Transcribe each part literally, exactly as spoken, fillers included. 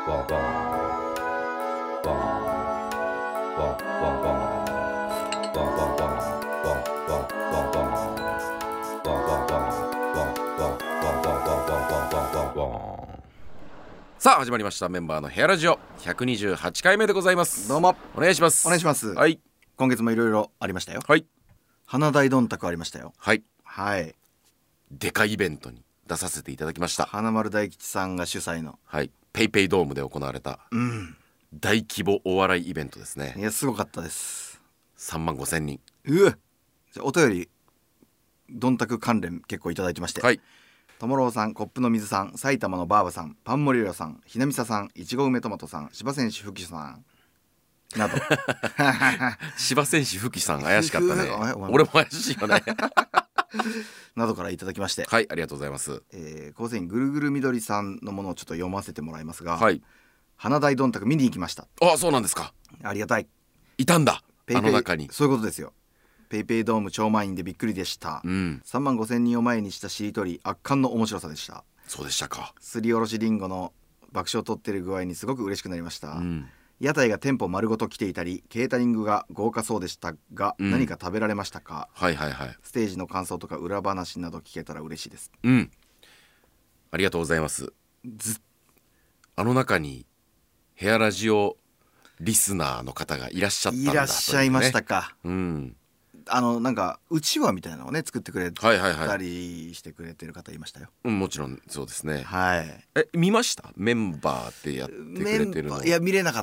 さあ始まりました、メンバーのヘアラジオひゃくにじゅうはちかいめでございます。 どうもお願いします。 お願いします。 はい、 今月もいろいろありましたよ。 はい花大どんたくありましたよ。 はいはい。 でかいイベントに出させていただきました。 花丸大吉さんが主催の、 はい、ペイペイドームで行われたうん大規模お笑いイベントですね。 いやすごかったです。 さんまんごせんにん。 うわじゃあお便りどんたく関連結構いただいてまして、 はいともろうさん、コップの水さん、埼玉のバーバさん、パンモリラさん、ひなみささん、いちご梅トマトさん、芝選手ふきさんなど芝選手ふきさん怪しかったねお前俺も怪しいよねなどからいただきまして、 はい、ありがとうございます。 えー、構成員ぐるぐるみどりさんのものをちょっと読ませてもらいますが、 はい、 花大どんたく見に行きました。 あ、そうなんですか。 ありがたい。 いたんだ、 ペイペイあの中に。 そういうことですよ。ペイペイドーム超満員でびっくりでした、 うん、 さんまんごせんにんを前にしたしりとり、圧巻の面白さでした。 そうでしたか。 すりおろしりんごの爆笑を取ってる具合にすごく嬉しくなりました、 うん、 屋台が店舗丸ごと来ていたりケータリングが豪華そうでしたが、 うん、 何か食べられましたか？ はいはいはい。 ステージの感想とか裏話など聞けたら嬉しいです。 うん、ありがとうございます。 ずあの中にヘアラジオリスナーの方がいらっしゃったんだ、 いらっしゃいましたか。 というね、うん、 あのなんかうちわみたいなのをね作ってくれはいはいはいたりしてくれてる方いましたよ。 うん、もちろんそうですね。 はい。 え、見ました？メンバーでやってくれてるの。 いや見れなかった。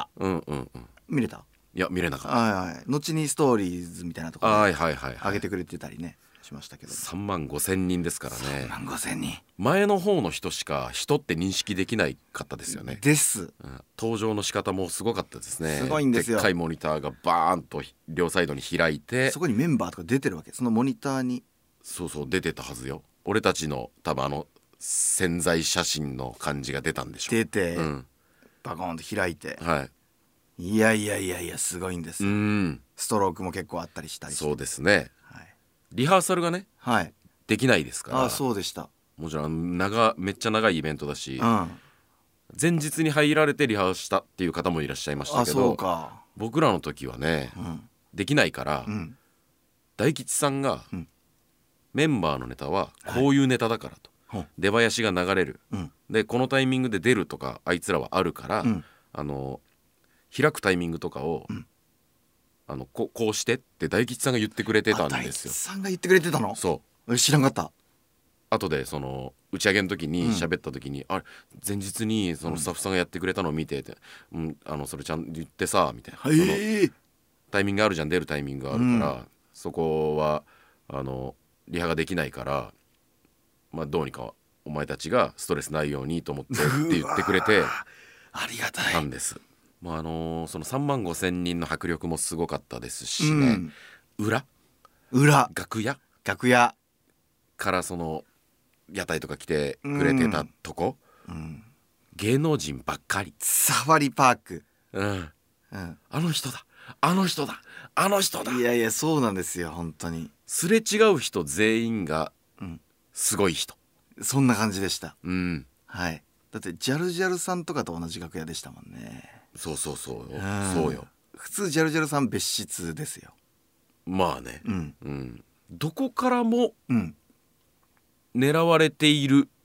うんうんうん。 見れた？ いや見れなかった。 はいはい。後にストーリーズみたいなところではいはいはいはい上げてくれてたりねしましたけど、 さんまんごせんにんですからね。 さんまんごせんにん前の方の人しか人って認識できないかったですよね。 です、 うん、登場の仕方もすごかったですね。 すごいんですよ。 でっかいモニターがバーンと両サイドに開いて、 そこにメンバーとか出てるわけ。そのモニターにそうそう出てたはずよ。俺たちの多分あの宣材写真の感じが出たんでしょう。 出て、 うん、 バコーンと開いて、 はいいやいやいやいやすごいんです。 うん、 ストロークも結構あったりしたりして。 そうですね、 はい、 リハーサルがね、 はい、 できないですから。 あ、そうでした。 もちろん長めっちゃ長いイベントだし、 うん、 前日に入られてリハーサルしたっていう方もいらっしゃいましたあ、 けど、 そうか、 僕らの時はね、 うん、 できないから、 うん、 大吉さんが、うん、メンバーのネタはこういうネタだからと、はい、出囃子が流れる、うん、でこのタイミングで出るとかあいつらはあるから、うん、あの開くタイミングとかを、うん、あの こ, こうしてって大吉さんが言ってくれてたんですよ。 大吉さんが言ってくれてたの？ そう知らんかった。 後でその打ち上げの時に喋った時に、うん、あれ前日にそのスタッフさんがやってくれたのを見てて、うん、あのそれちゃんと言ってさみたいな、そのタイミングあるじゃん、出るタイミングがあるから、うん、そこはあのリハができないから、まあ、どうにかお前たちがストレスないようにと思ってって言ってくれてありがたいたんです。まああのー、そのさんまんごせんにんの迫力もすごかったですしね、うん、裏裏楽屋楽屋からその屋台とか来てくれてたとこ、うんうん、芸能人ばっかり。 サファリパーク、 うんうん、あの人だあの人だあの人だ。 いやいやそうなんですよ。本当にすれ違う人全員がすごい人、 うん、そんな感じでした、 うん、 はい。だってジャルジャルさんとかと同じ楽屋でしたもんね。 そうそうそう、 うん、 そうよ。 普通ジャルジャルさん別室ですよ。 まあね、 うんうん、どこからもうん狙われている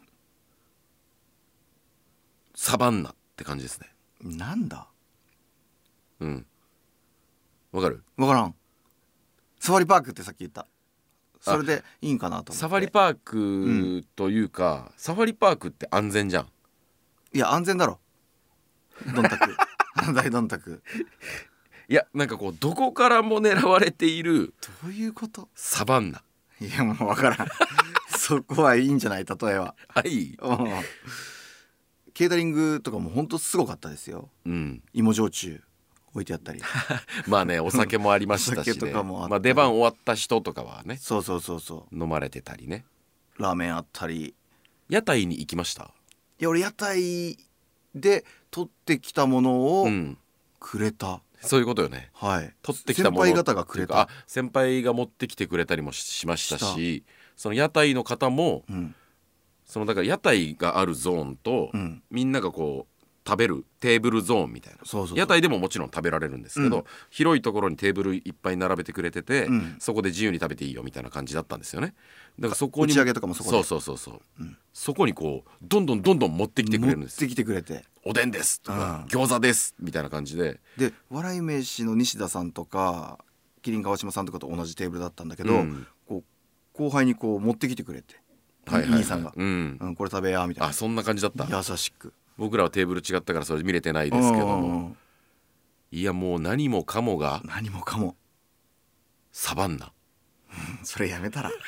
サバンナって感じですね。 なんだ、 うんわかる？ わからん。サファリパークってさっき言った。それでいいんかなと思って。 サファリパークというか、うん、サファリパークって安全じゃん。 いや安全だろどんたく大どんたく。 いやなんかこうどこからも狙われている。 どういうこと？ サバンナ。 いやもうわからんそこはいいんじゃない、例えは。 はい、 うん、ケータリングとかもほんとすごかったですよ、うん、芋焼酎置いてあったりまあねお酒もありましたし、ね、 お酒とかもあったり、 まあ、出番終わった人とかはね、 そうそうそうそう飲まれてたりね。 ラーメンあったり。 屋台に行きました？ いや俺屋台で取ってきたものをくれた、うん、 そういうことよね。 はい。 取ってきたもの先輩方がくれた。 あ、先輩が持ってきてくれたりもしましたし、その屋台の方も、うん、そのだから屋台があるゾーンと、うん、みんながこう食べるテーブルゾーンみたいな、 そうそうそう、 屋台でももちろん食べられるんですけど、うん、広いところにテーブルいっぱい並べてくれてて、うん、そこで自由に食べていいよみたいな感じだったんですよね。だからそこに打ち上げとかもそこで、 そうそうそうそう、うん、そこにこうどんどんどんどん持ってきてくれるんです。 持ってきてくれて、 おでんですとか、うん、餃子ですみたいな感じで、 で笑い飯の西田さんとか麒麟川島さんとかと同じテーブルだったんだけど、うん、こう後輩にこう持ってきてくれて、はいはいはい、兄さんが、うんうん、これ食べやみたいな。 あ、そんな感じだった。 優しく。僕らはテーブル違ったからそれ見れてないですけども、いやもう何もかもが何もかもサバンナそれやめたら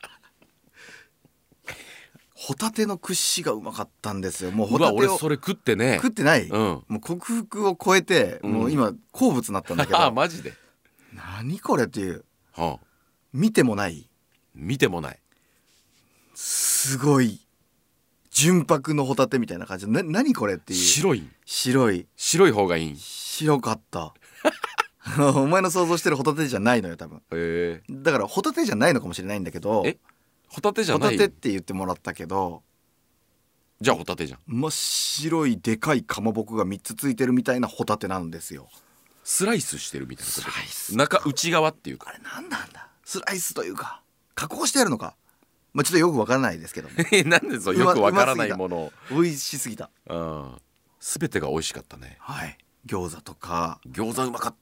ホタテの串がうまかったんですよ。もうホタテを、 うわ俺それ食ってね、 食ってない、うん、もう克服を超えて、うん、もう今好物になったんだけどマジで何これっていう、 はあ、 見てもない見てもないすごい純白のホタテみたいな感じで、な何これっていう。 白い白い白い方がいい。 白かったお前の想像してるホタテじゃないのよ多分。へー、だからホタテじゃないのかもしれないんだけど。 えホタテじゃない。 ホタテって言ってもらったけど、 じゃあホタテじゃん。 真っ白いでかいかまぼこがみっつついてるみたいなホタテなんですよ。 スライスしてるみたいなこと。 スライス中内側っていうか、 あれなんなんだ、スライスというか加工してあるのか、まあ、ちょっとよくわからないですけどもなんでそうよくわからないものを。 美味しすぎた。 すべてが美味しかったね。 はい、餃子とか。 餃子うまかった。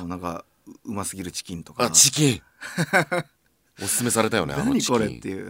なんかうますぎるチキンとか。 あ、チキンおすすめされたよね。あのチキン何これっていう、うん、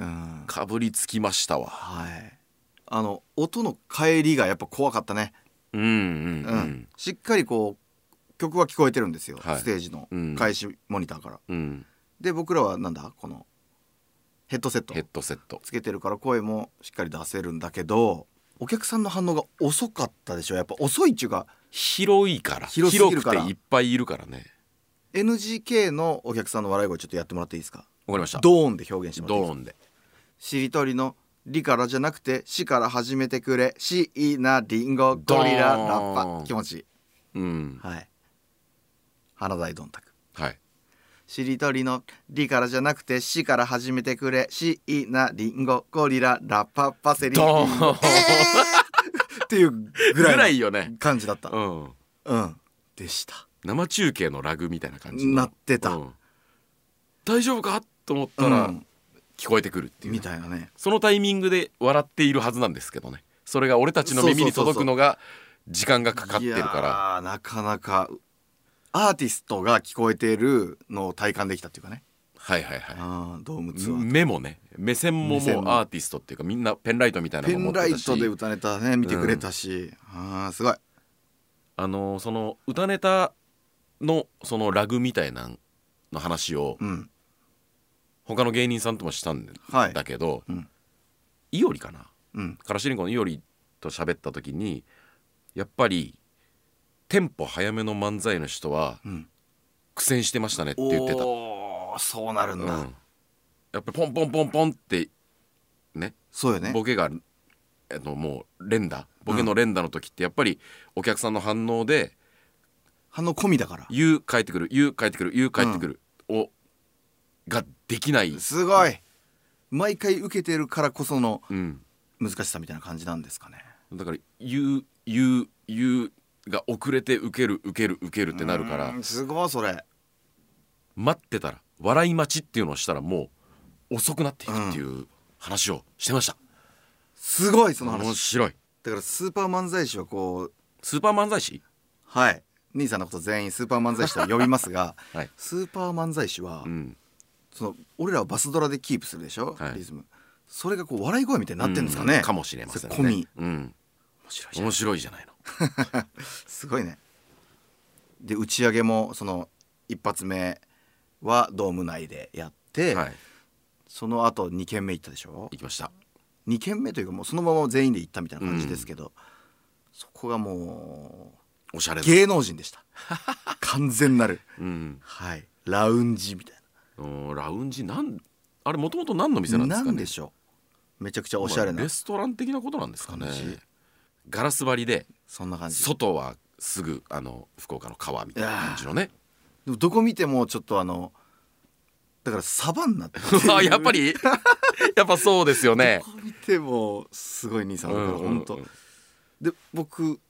かぶりつきましたわ。 はい、あの音の帰りがやっぱ怖かったね。 うんうんうん、うん、 しっかりこう曲は聞こえてるんですよ、はい、ステージの開始モニターから、うん、で僕らはなんだこのヘッドセットヘッドセットつけてるから声もしっかり出せるんだけど、お客さんの反応が遅かったでしょ。やっぱ遅いっちゅうか、 広いから、 広すぎるから、 広くていっぱいいるからね。 エヌジーケー のお客さんの笑い声ちょっとやってもらっていいですか。わかりました。 ドーンで表現してもらっていいですか。 ドーンで。 しりとりのりからじゃなくてしから始めてくれ、しいなりんごゴリララッパ、気持ちいい、うん、はい、花大どんたく、はい、しりとりのりからじゃなくてしから始めてくれ、しいなりんごゴリララッパパセリドーン、えー、っていうぐらいの感じだった、うん、うん、でした。 生中継のラグみたいな感じなってた、うん、 大丈夫かと思ったら、うん、聞こえてくるっていう、 みたいなね。 そのタイミングで笑っているはずなんですけどね、それが俺たちの耳に届くのが時間がかかってるから、 いやなかなかアーティストが聞こえているのを体感できたっていうかね。 はいはいはい。 あドームツアー目もね、目線ももうアーティストっていうか、みんなペンライトみたいなのも持ってたし、 ペンライトで歌ネタね見てくれたし、うん、あすごい。 あのその歌ネタのそのラグみたいなの話を、うん、他の芸人さんともしたんだけど、はい、うん、いおりかな、うん、からしりんこのいおりと喋った時に、やっぱりテンポ早めの漫才の人は、うん、苦戦してましたねって言ってた。 おー、そうなるんだ、うん、 やっぱりポンポンポンポンってね、 そうよね、 ボケが、えっと、もう連打ボケの連打の時ってやっぱりお客さんの反応で、 反応込みだから、 言う帰ってくる言う帰ってくる言う帰ってくる、うん、をができない。 すごい、毎回受けてるからこその難しさみたいな感じなんですかね。 だから言う言う言うが遅れて受ける受ける受けるってなるから、 すごい。それ待ってたら笑い待ちっていうのをしたらもう遅くなっていくっていう話をしてました、うん、 すごいその話面白い。 だからスーパー漫才師はこうスーパー漫才師、 はい、兄さんのこと全員スーパー漫才師と呼びますが、はい、スーパー漫才師は、うん、その俺らはバスドラでキープするでしょ、はい、リズム、それがこう笑い声みたいになってるんですかね、 うん、かもしれませんね。 込み、 うん、面白いじゃないのすごいね。で打ち上げもその一発目はドーム内でやって、はい、その後に軒目行ったでしょ。 行きました。 に軒目というかもうそのまま全員で行ったみたいな感じですけど、うん、そこがもうおしゃれな芸能人でした完全なる、うん、はい、ラウンジみたいな。ラウンジなんあれもともと何の店なんですかね。 なんでしょう、めちゃくちゃおしゃれな、 まあ、レストラン的なことなんですかね。ガラス張りで、 そんな感じ。 外はすぐあの福岡の川みたいな感じのね。 でもどこ見てもちょっとあのだからサバンナってあやっぱりやっぱそうですよね。 どこ見てもすごい兄さんだから本当、うんうんうん、で僕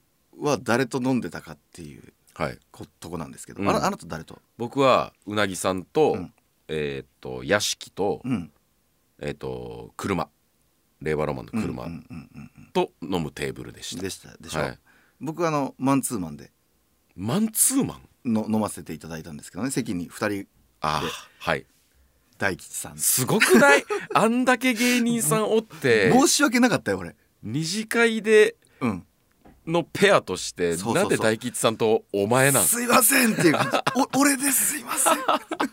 は誰と飲んでたかっていう、 はい、 とこなんですけど、 うん、 あ, あなた誰と？ 僕はうなぎさんと、うん、えー、っと屋敷と、 うん、 えー、っと車令和ロマンの車と飲むテーブルでしたでしたでしょ、はい、僕はあのマンツーマンでマンツーマンの飲ませていただいたんですけどね、席にふたりで。 あ、はい、 大吉さんすごくない？あんだけ芸人さんおって申し訳なかったよ俺。 二次会でのペアとして、うん、なんで大吉さんとお前なん？ すいませんっていうお俺ですすいません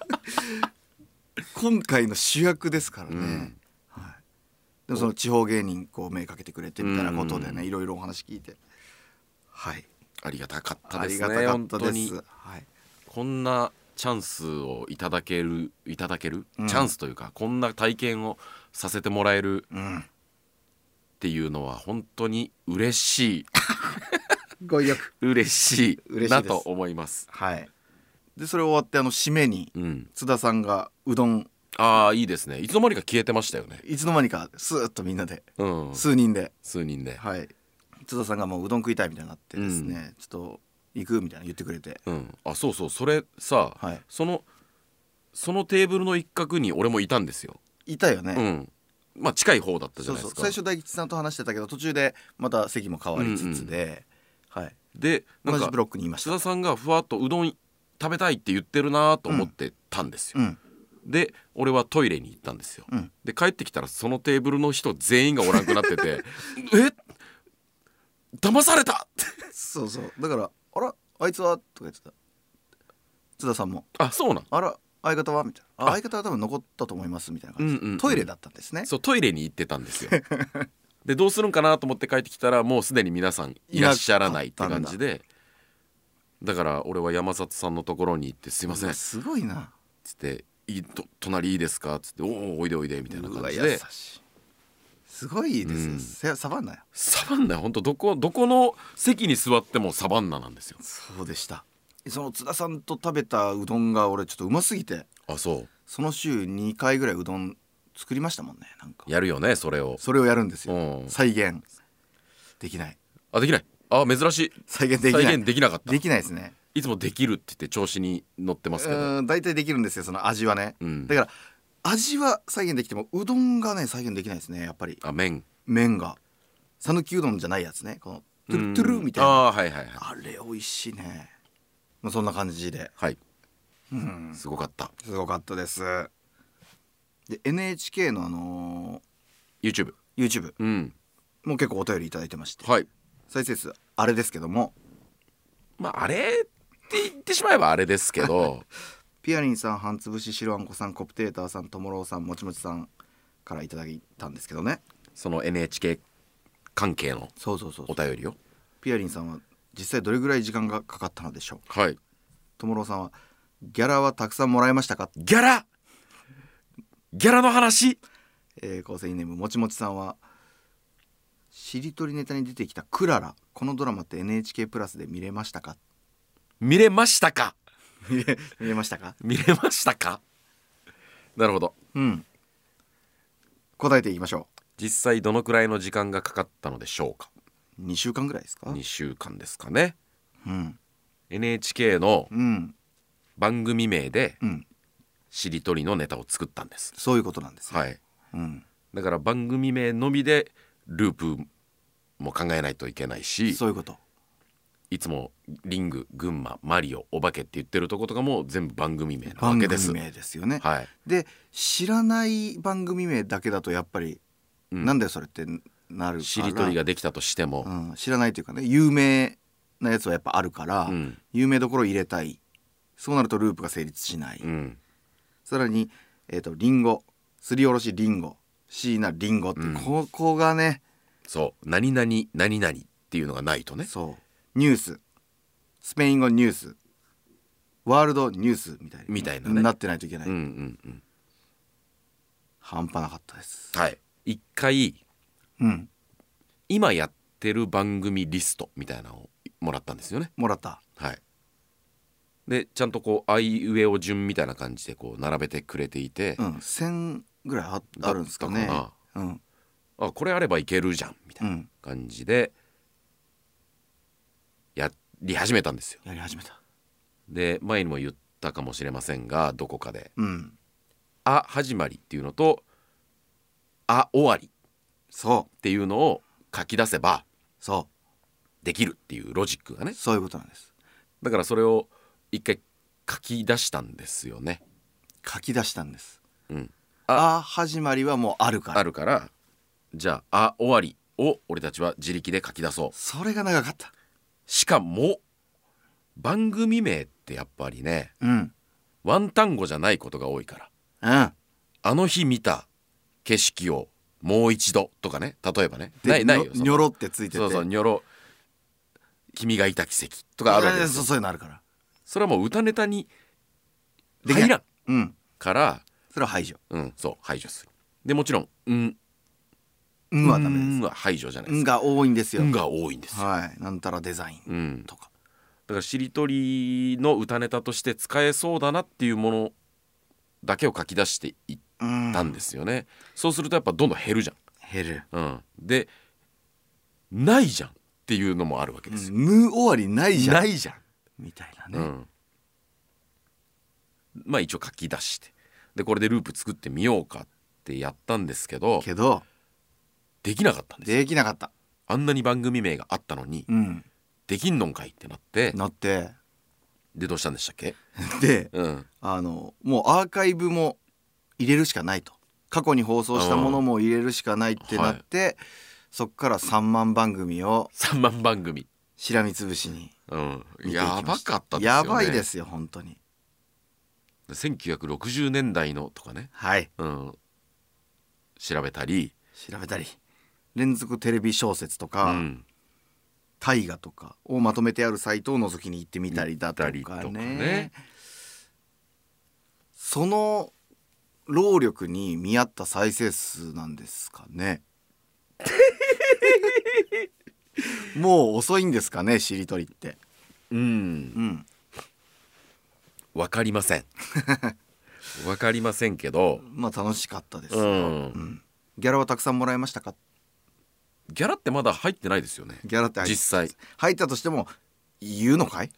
今回の主役ですからね、うん、はい、でもその地方芸人こう目かけてくれてみたいなことでね、いろいろお話聞いて、はい、 ありがたかったですね。 ありがたかったです。 本当に、はい、こんなチャンスをいただけるいただける、うん、チャンスというかこんな体験をさせてもらえる、うん、っていうのは本当に嬉しいご意力嬉しいなと思います。 はい。でそれ終わってあの締めに、うん、津田さんがうどん、 ああいいですね。いつの間にか消えてましたよね。 いつの間にかスーッとみんなで、うん、数人で数人で、 はい、津田さんがもううどん食いたいみたいになってですね、うん、ちょっと行くみたいな言ってくれて、 うん、あそうそうそれさ、はい、そのそのテーブルの一角に俺もいたんですよ。 いたよね、 うん、まあ近い方だったじゃないですか。 そうそう、最初大吉さんと話してたけど途中でまた席も変わりつつで、うんうん、はい、 でなんか同じブロックにいました。 津田さんがふわっとうどん食べたいって言ってるなと思ってたんですよ、うん、で俺はトイレに行ったんですよ、うん、で帰ってきたらそのテーブルの人全員がおらんくなっててえ騙されたそうそうだからあらあいつはとか言ってた津田さんも。 あそうなん。 あら相方はみたいな。あ相方は多分残ったと思いますみたいな感じで、うんうんうん、トイレだったんですね。 そうトイレに行ってたんですよでどうするんかなと思って帰ってきたらもうすでに皆さんいらっしゃらないって感じで、だから俺は山里さんのところに行ってすいませんすごいなつっていいと隣いいですかつっておおおいでおいでみたいな感じで、優しいすごいですよ、うん、サバンナよサバンナよ。本当どこどこの席に座ってもサバンナなんですよ。 そうでした。その津田さんと食べたうどんが俺ちょっとうますぎて、 あそうその週にかいぐらいうどん作りましたもんね。なんかやるよねそれをそれをやるんですよ、うん、再現できない。 あできない。あ珍しい。 再現できない。 再現できなかった。 できないですね。 いつもできるって言って調子に乗ってますけど、 うん大体できるんですよその味はね、うん、だから味は再現できてもうどんがね再現できないですねやっぱり。 あ麺麺が讃岐うどんじゃないやつね、このトゥルトゥルみたいな、 あ、はいはいはい、 あれ美味しいね。まあ、そんな感じで、 はい、うん、すごかったすごかったです。で エヌエイチケー のあのー、YouTube, YouTube、うん、もう結構お便りいただいてまして、はい、再生数あれですけども、 まああれって言ってしまえばあれですけどピアリンさん、半つぶし、白あんこさん、コプテーターさん、ともろうさん、もちもちさんからいただいたんですけどね、 その エヌエイチケー 関係のお便りを。 ピアリンさんは実際どれぐらい時間がかかったのでしょう。 はい。 ともろうさんはギャラはたくさんもらえましたか。 ギャラギャラの話、 えー、構成員ネームもちもちさんはしりとりネタに出てきたクララ、このドラマって エヌエイチケー プラスで見れましたか。 見れましたか見れ, 見れましたか見れましたか。なるほど、 うん、答えていきましょう。 実際どのくらいの時間がかかったのでしょうか。 にしゅうかんぐらいですか。 にしゅうかんですかね、 うん、 エヌエイチケー の番組名でしりとりのネタを作ったんです、 うん、そういうことなんですよ、 はい、うん、だから番組名のみでループも考えないといけないし、 そういうこと。 いつもリング、群馬、マリオ、お化けって言ってるとことかも全部番組名なわけです。 番組名ですよね、 はい、 で知らない番組名だけだとやっぱり、うん、なんだよそれってなるから、 しりとりができたとしても、 うん、知らないというかね、有名なやつはやっぱあるから、うん、有名どころ入れたい。そうなるとループが成立しない、うん、さらに、えーと、リンゴ、すりおろしリンゴ、椎名リンゴって、うん、ここがね、 そう何々何々っていうのがないとね。 そうニュース、スペイン語ニュース、ワールドニュースみたいな、 みたいなね、 なってないといけない、 うんうんうん、 半端なかったです。 はい。一回、 うん、 今やってる番組リストみたいなのをもらったんですよね。 もらった。 はい。でちゃんとこうあいうえお順みたいな感じでこう並べてくれていて、 うん、せんぐらい あ, あるんですかね。 かな、うん、あこれあればいけるじゃんみたいな感じで、 り始めたんですよ。 やり始めた。 で前にも言ったかもしれませんが、どこかで、 うん、 あ始まりっていうのとあ終わりそうっていうのを書き出せばそうできるっていうロジックがね。 そういうことなんです。 だからそれを一回書き出したんですよね。 書き出したんです。 うん、 ああ始まりはもうあるからあるから、じゃああ終わりを俺たちは自力で書き出そう。 それが長かった。 しかも番組名ってやっぱりね、 うん、 ワン単語じゃないことが多いから、 うん、 あの日見た景色をもう一度とかね、例えばね、ないないよ、 にょろってついてて、 そうそうにょろ君がいた奇跡とかあるわけですよ。 そうそういうのあるから、 それはもう歌ネタにできない入らん、 うん、 から、 それは排除。 うんそう排除する。でもちろんうんうんはダメです。 うんは排除じゃないですか。 うんが多いんですよ。 うんが多いんですよ。 はい、なんたらデザインうんとか、 だからしりとりの歌ネタとして使えそうだなっていうものだけを書き出していったんですよね。そうするとやっぱどんどん減るじゃん。 減る、 うん、でないじゃんっていうのもあるわけですよ。 無終わりないじゃんないじゃんみたいなね、 うん、まあ一応書き出して、でこれでループ作ってみようかってやったんですけど、 けどできなかったんですよ。 できなかった。 あんなに番組名があったのに、 うん、 できんのんかいってなって、 なってでどうしたんでしたっけ。 で、 うん、 あのもうアーカイブも入れるしかないと、過去に放送したものも入れるしかないってなって、はい、そっからさんまん番組をさんまん番組しらみつぶしにうん、やばかったですよね。 やばいですよ本当に。 せんきゅうひゃくろくじゅうねんだいのとかね、 はい、 うん、調べたり調べたり連続テレビ小説とか、うん、大河とかをまとめてあるサイトを覗きに行ってみたりだとか ね, とかねその労力に見合った再生数なんですかねもう遅いんですかねしりとりって。 うん、うん、分かりません分かりませんけど、 まあ楽しかったですよ、 うんうん、 ギャラはたくさんもらえましたか。 ギャラってまだ入ってないですよね。 ギャラって実際入ったとしても言うのかい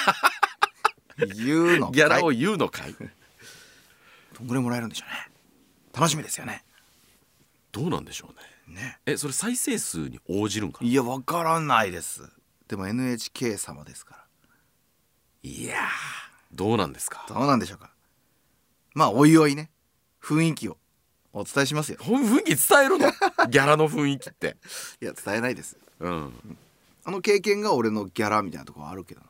言うのかいギャラを言うのかいどんぐらいもらえるんでしょうね。楽しみですよね。 どうなんでしょうね。 ね、 えそれ再生数に応じるんかな。 いやわからないです。でも エヌエイチケー 様ですから。 いやどうなんですか。 どうなんでしょうか。まあおいおいね雰囲気をお伝えしますよ。 雰囲気伝えるのギャラの雰囲気って。 いや伝えないです、 うん、 あの経験が俺のギャラみたいなところあるけどな。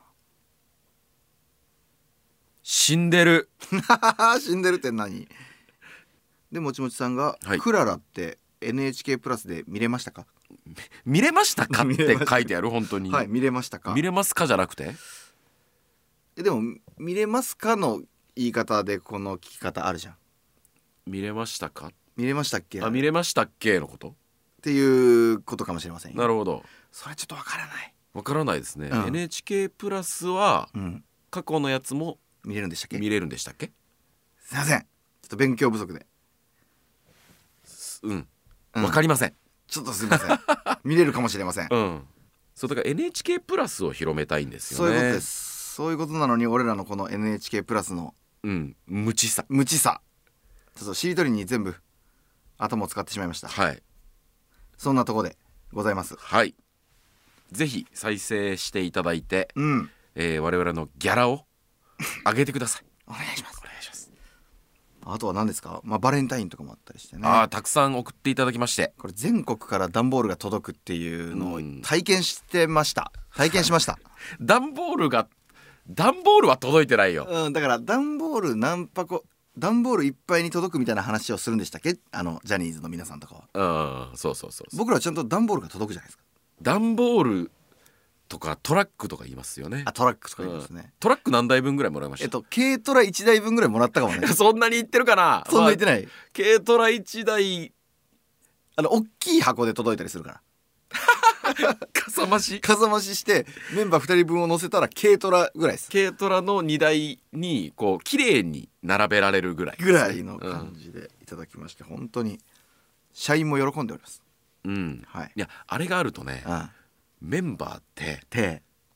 死んでる死んでるって何でもちもちさんが、はい、クララって エヌエイチケー プラスで見れましたか。 見れましたかって書いてある本当に。 はい見れましたか。 見れますかじゃなくてえでも見れますかの言い方でこの聞き方あるじゃん。 見れましたか見れましたっけあ見れましたっけのことっていうことかもしれませんよ。 なるほど。 それちょっとわからないわからないですね、うん、エヌエイチケー プラスは、うん、過去のやつも見れるんでしたっけ。 見れるんでしたっけ。 すいませんちょっと勉強不足でうん、うん、わかりません。 ちょっとすいません見れるかもしれません。 うんそうだから エヌエイチケー プラスを広めたいんですよね。 そういうことです。そういうことなのに俺らのこの エヌエイチケー プラスのうん無知さ無知さそうそうしりとりに全部頭を使ってしまいました。 はいそんなとこでございます。 はいぜひ再生していただいて、 うんえー、我々のギャラを上げてくださいお願いしますお願いします。 あとは何ですか、まあ、バレンタインとかもあったりしてね。 ああたくさん送っていただきまして、 これ全国から段ボールが届くっていうのを体験してました、うん、体験しました段ボールが段ボールは届いてないよ、 うん、だから段ボール何箱段ボールいっぱいに届くみたいな話をするんでしたっけあのジャニーズの皆さんとかは。うんそうそうそうそう僕らはちゃんと段ボールが届くじゃないですか。 段ボールとかトラックとか言いますよね。 あトラックとか言いますね、うん、 トラック何台分ぐらいもらいました。 えっと軽トラいちだいぶんぐらいもらったかもねそんなに言ってるかな。 そんな言ってない、まあ、 軽トラいちだいあの大きい箱で届いたりするからかさ増しかさ増ししてメンバーふたりぶんを乗せたら軽トラぐらいです。 軽トラのにだいにこう綺麗に並べられるぐらいぐらいの感じでいただきまして、うん、本当に社員も喜んでおります。 うん、 はい、 いやあれがあるとね、 うん、 メンバーって手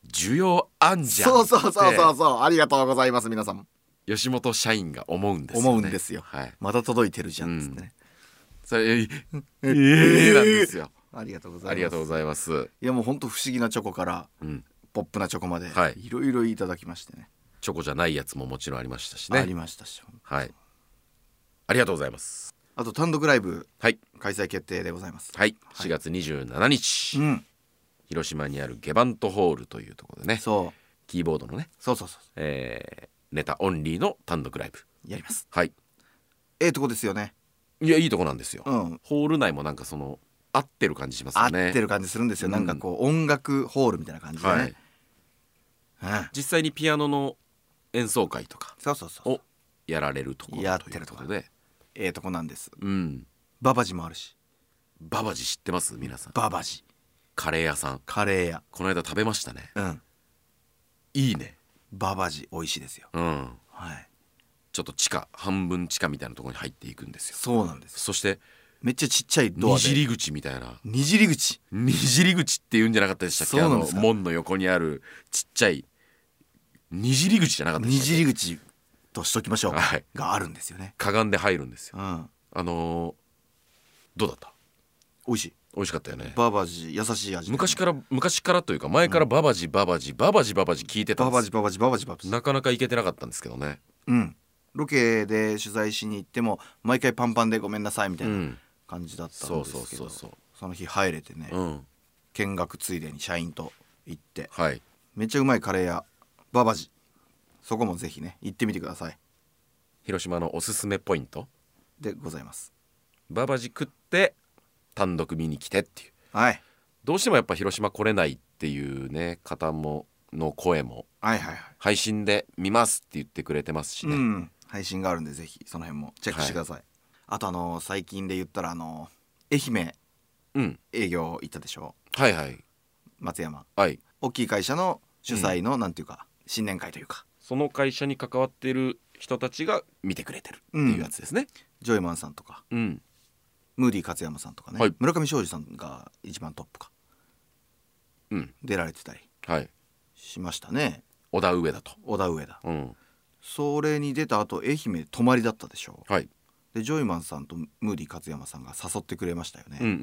需要あんじゃんそうそうそうそうそう、ありがとうございます皆さん。 吉本社員が思うんですよね。 思うんですよ、はい、まだ届いてるじゃんっつってね、 うん、それえー、えー、なんですよ。 ありがとうございます。 ありがとうございます。 いやもうほんと不思議なチョコから、うん、ポップなチョコまで、はい、いろいろいただきましてね。 チョコじゃないやつももちろんありましたしね。 ありましたし、 はい、ありがとうございます。 あと単独ライブ、はい、開催決定でございます。 はい、はい、しがつにじゅうしちにち、うん、広島にあるゲバントホールというところでね、そうキーボードのね、 そうそうそう、 えー、ネタオンリーの単独ライブやります。 はい、 ええとこですよね。 いやいいとこなんですよ、うん、ホール内もなんかその合ってる感じしますよね。 合ってる感じするんですよ、うん、なんかこう音楽ホールみたいな感じでね、はいうん、実際にピアノの演奏会とかそうそうそうをやられるところやってるところでええとこなんです、うん、ババジもあるし。 ババジ知ってます？皆さん。 ババジカレー屋さん。 カレー屋この間食べましたね。うん、いいね。 ババジ美味しいですよ、うん、はい、 ちょっと地下半分地下みたいなところに入っていくんですよ。 そうなんです。 そしてめっちゃちっちゃいドアでにじり口みたいな。 にじり口にじり口って言うんじゃなかったでしたっけ？あの門の横にあるちっちゃいにじり口じゃなかったでしたっけ？ にじり口としときましょう、はい、があるんですよね。 かがんで入るんですよ、うん、 あのー、どうだった？ 美味しい。 美味しかったよね。 ババジ優しい味。 昔から昔からというか前からババジババジババジババジ聞いてたんです。 ババジババジババジババジなかなか行けてなかったんですけどね。 うん、ロケで取材しに行っても毎回パンパンでごめんなさいみたいな感じだったんですけど、その日入れてね、うん、見学ついでに社員と行って、はい、めっちゃうまいカレー屋ババジ、そこもぜひね行ってみてください。 広島のおすすめポイントでございます。 ババジ食って単独見に来てっていう、はい、どうしてもやっぱ広島来れないっていうね方もの声も、はいはいはい、配信で見ますって言ってくれてますしね、うん、 配信があるんでぜひその辺もチェックしてください、はい、あとあのー、最近で言ったらあのー、愛媛、うん、営業行ったでしょ。 はいはい、 松山、 はい、 大きい会社の主催の、うん、なんていうか新年会というかその会社に関わっている人たちが見てくれてるっていうやつですね、うん、 ジョイマンさんとか、うん、ムーディ勝山さんとかね、はい、村上昌司さんが一番トップか、うん、出られてたりしましたね、はい、 小田上田と小田上田、うん、それに出た後愛媛泊まりだったでしょう、はい、でジョイマンさんとムーディ勝山さんが誘ってくれましたよね、うんうんうん、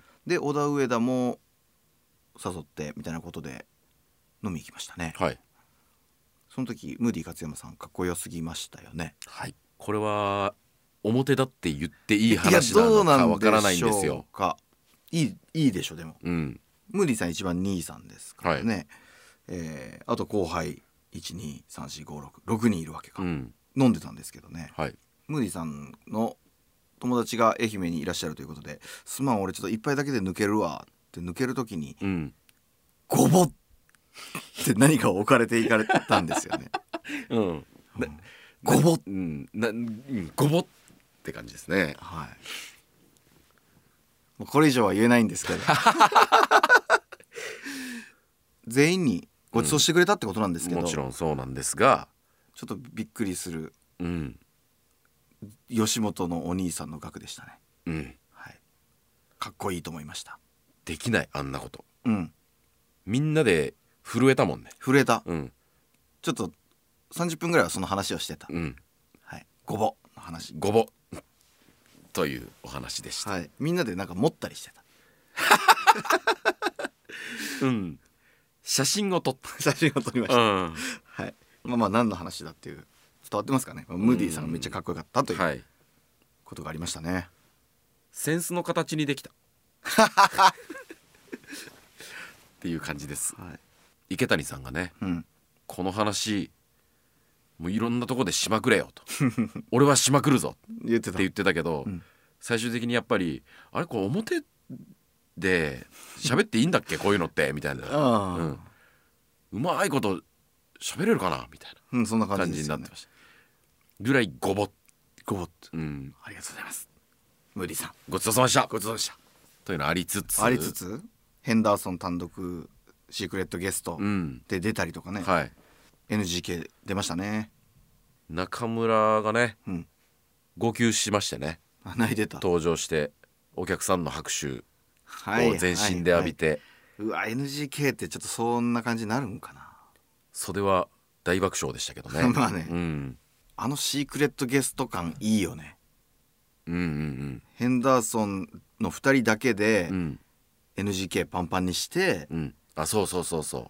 で小田上田も誘ってみたいなことで飲み行きましたね、はい、その時ムーディ勝山さんかっこよすぎましたよね。 はい、これは表だって言っていい話なのかわからないんですよ。 いい、いいでしょでも、うん、ムーディさん一番兄さんですからね、はい、えー、あと後輩いちにさんしごろくろくにんいるわけか、うん、飲んでたんですけどね、はい、ムーディさんの友達が愛媛にいらっしゃるということで、すまん俺ちょっと一杯だけで抜けるわって抜ける時に、うん、ごぼって何か置かれていかれたんですよね、うんうん、ごぼ、うん、 な、うん、ごぼって感じですね。はい。 もうこれ以上は言えないんですけど全員にご馳走してくれたってことなんですけど、 うん、もちろんそうなんですがちょっとびっくりする、うん、吉本のお兄さんの額でしたね、うん、はい、かっこいいと思いました。 できないあんなこと、うん、みんなで震えたもんね。 震えた、うん、ちょっとさんじゅっぷんぐらいはその話をしてた、うん、はい、ごぼの話、 ごぼというお話でした、はい、 みんなでなんか持ったりしてたうん、写真を撮った写真を撮りました、うん、はい、まあまあ何の話だっていう伝わってますかね。ムーディーさんがめっちゃかっこよかったということがありましたね。 センスの形にできたっていう感じです、はい、池谷さんがね、うん、この話もういろんなとこでしまくれよと俺はしまくるぞって言ってたけど、うん、最終的にやっぱりあれこれ表で喋っていいんだっけこういうのってみたいな、うん、うまいこと喋れるかなみたいな、うん、そんな感じになってました、ぐらいごぼっごぼっ、うん、ありがとうございます。ムーディさんごちそうさまでした。 ごちそうさまでしたというのありつつありつつヘンダーソン単独シークレットゲストで出たりとかね、うん、はい、エヌジーケー 出ましたね。 中村がね、うん、号泣しましてね、 泣いてた。 登場してお客さんの拍手を全身で浴びて、はいはいはい、 うわ エヌジーケー ってちょっとそんな感じになるんかな。 袖は大爆笑でしたけどねまあね、 うん、 あのシークレットゲスト感いいよね。 うんうんうん、 ヘンダーソンのふたりだけで、 うん、 エヌジーケー パンパンにして、 うん、あそうそうそうそう、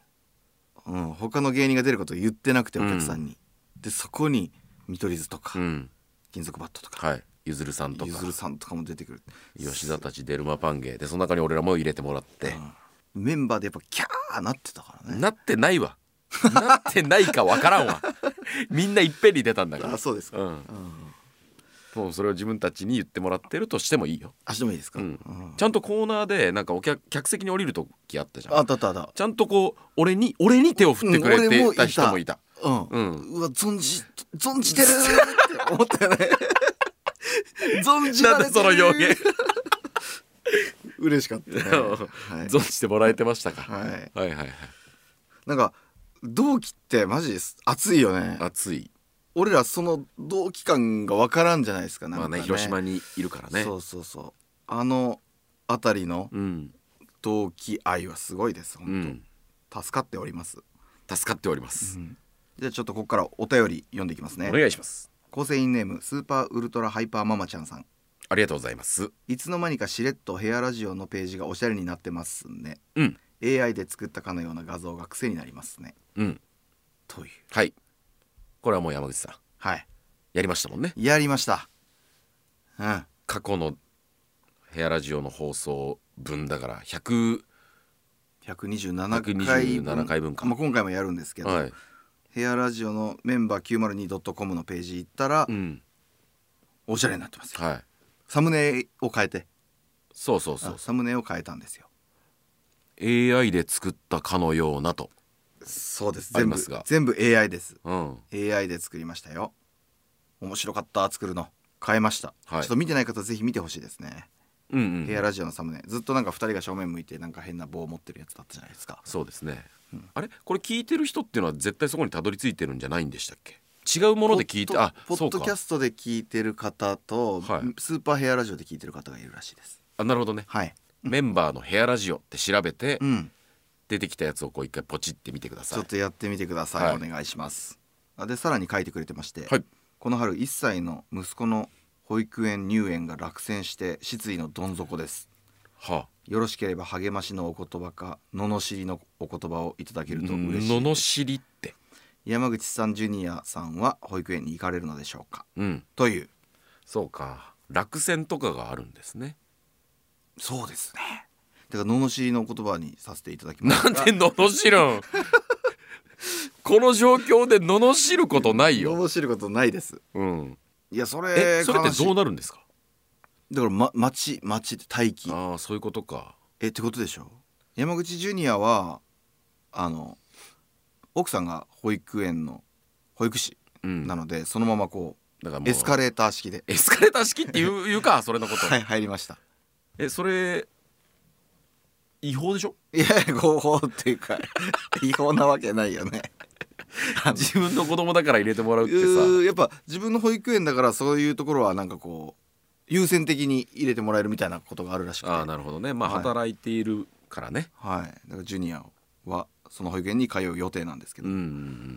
うん、他の芸人が出ることを言ってなくてお客さんに、うん、でそこに見取り図とか、うん、金属バットとか、 はい、ゆずるさんとかゆずるさんとかも出てくる。 吉田たちデルマパンゲーでその中に俺らも入れてもらって、 うん、メンバーでやっぱキャーなってたからね。 なってないわなってないかわからんわみんないっぺんに出たんだから。 あそうですか、うんうん、 もうそれを自分たちに言ってもらってるとしてもいいよ。 あしてもいいですか、うんうん、ちゃんとコーナーでなんかお 客, 客席に降りる時あったじゃん。 あったあったあった。 ちゃんとこう俺に俺に手を振ってくれてた人もいた。 うんうん、うわ存じ存じてるって思ったよね存じられてる。なんだその表現嬉しかったね、はい、 存じてもらえてましたか、 はい、 はいはいはい。 なんか同期ってマジです熱いよね。 熱い。 俺らその同期感が分からんじゃないですか。なんかね、 まあね広島にいるからね。 そうそうそう、あの辺りの同期愛はすごいです、うん、本当助かっております。 助かっております、うん、 じゃあちょっとここからお便り読んでいきますね。 お願いします。 構成員ネームスーパーウルトラハイパーママちゃんさん、 ありがとうございます。 いつの間にかしれっとヘアラジオのページがおしゃれになってますね。 うん、 エーアイ で作ったかのような画像が癖になりますね。 うんという。 はい、これはもう山口さん、 はい、 やりましたもんね。 やりました、うん、 過去のヘアラジオの放送分だからひゃく、 ひゃくにじゅうななかいぶんか、まあ、今回もやるんですけど、はい、ヘアラジオのメンバー きゅうまるにドットコム のページ行ったら、うん、おしゃれになってますよ、はい、サムネを変えて。 そうそうそう、 サムネを変えたんですよ。 エーアイ で作ったかのようなと。 そうです、全部全部 エーアイ です、うん、エーアイ で作りましたよ。面白かった、作るの変えました、はい、ちょっと見てない方ぜひ見てほしいですね。うんうん、ヘアラジオのサムネずっとなんかふたりが正面向いてなんか変な棒を持ってるやつだったじゃないですか。 そうですね、うん、あれこれ聞いてる人っていうのは絶対そこにたどり着いてるんじゃないんでしたっけ。違うもので聞いて、あポッドキャストで聞いてる方と、はい、スーパーヘアラジオで聞いてる方がいるらしいです。 あなるほどね、はい、メンバーのヘアラジオって調べて、うん、出てきたやつをこう一回ポチってみてください。 ちょっとやってみてください、はい、お願いします。でさらに書いてくれてまして、はい、この春いっさいの息子の保育園入園が落選して失意のどん底です、はあ、よろしければ励ましのお言葉か罵りのお言葉をいただけると嬉しいです。 罵りって山口さんジュニアさんは保育園に行かれるのでしょうか、うん、という。 そうか、落選とかがあるんですね。 そうですね。だから罵りの言葉にさせていただきます。 なんで罵るんこの状況で罵ることないよ。 罵ることないです、うん、いやそれえそれってどうなるんですか。 だから、ま、町町って待機。 ああそういうことか。 えってことでしょ。山口ジュニアはあの奥さんが保育園の保育士なので、うん、そのままこうだからもうエスカレーター式でエスカレーター式って言う、言うかそれのことはい入りました。 えそれ違法でしょ。 いや合法っていうか違法なわけないよね自分の子供だから入れてもらうってさ、 やっぱ自分の保育園だからそういうところはなんかこう優先的に入れてもらえるみたいなことがあるらしくて。 ああなるほどね。まあ、はい、働いているからね。 はい。だからジュニアはその保育園に通う予定なんですけど、うんうんうん、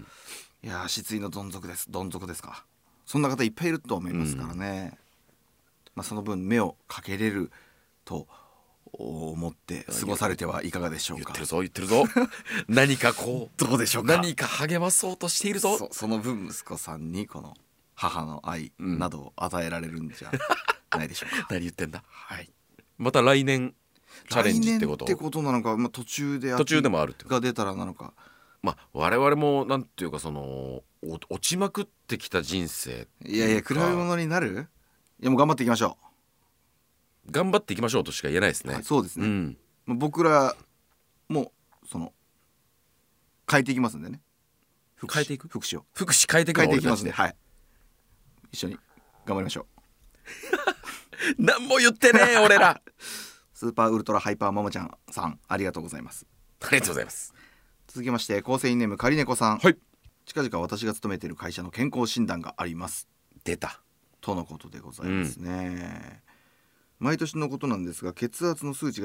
いや失意のどん底です。どん底ですか。そんな方いっぱいいると思いますからね、うんまあ、その分目をかけれると思って過ごされてはいかがでしょうか。 言ってるぞ言ってるぞ何かこうどうでしょうか。 何か励まそうとしているぞ。 そ, その分息子さんにこの母の愛などを与えられるんじゃないでしょうか、 うん、何言ってんだ。 はい。 また来年チャレンジってこと。 来年ってことなのか、まあ、途中で途中でもあるってが出たらなのか。 まあ我々もなんていうかその落ちまくってきた人生。 いやいや比べ物になる。いやもう頑張っていきましょう。頑張っていきましょうとしか言えないですね。 そうですね、うん、僕らもその変えていきますんでね。 変えていく福祉を福祉変えていく変えていきますんで、はい、一緒に頑張りましょう何も言ってねえ俺らスーパーウルトラハイパーママちゃんさんありがとうございます。 ありがとうございます。 続きまして構成員ネームかりねこさん、 はい、 近々私が勤めている会社の健康診断があります。 出たとのことでございますね、うん、毎年のことなんですが血圧の数値が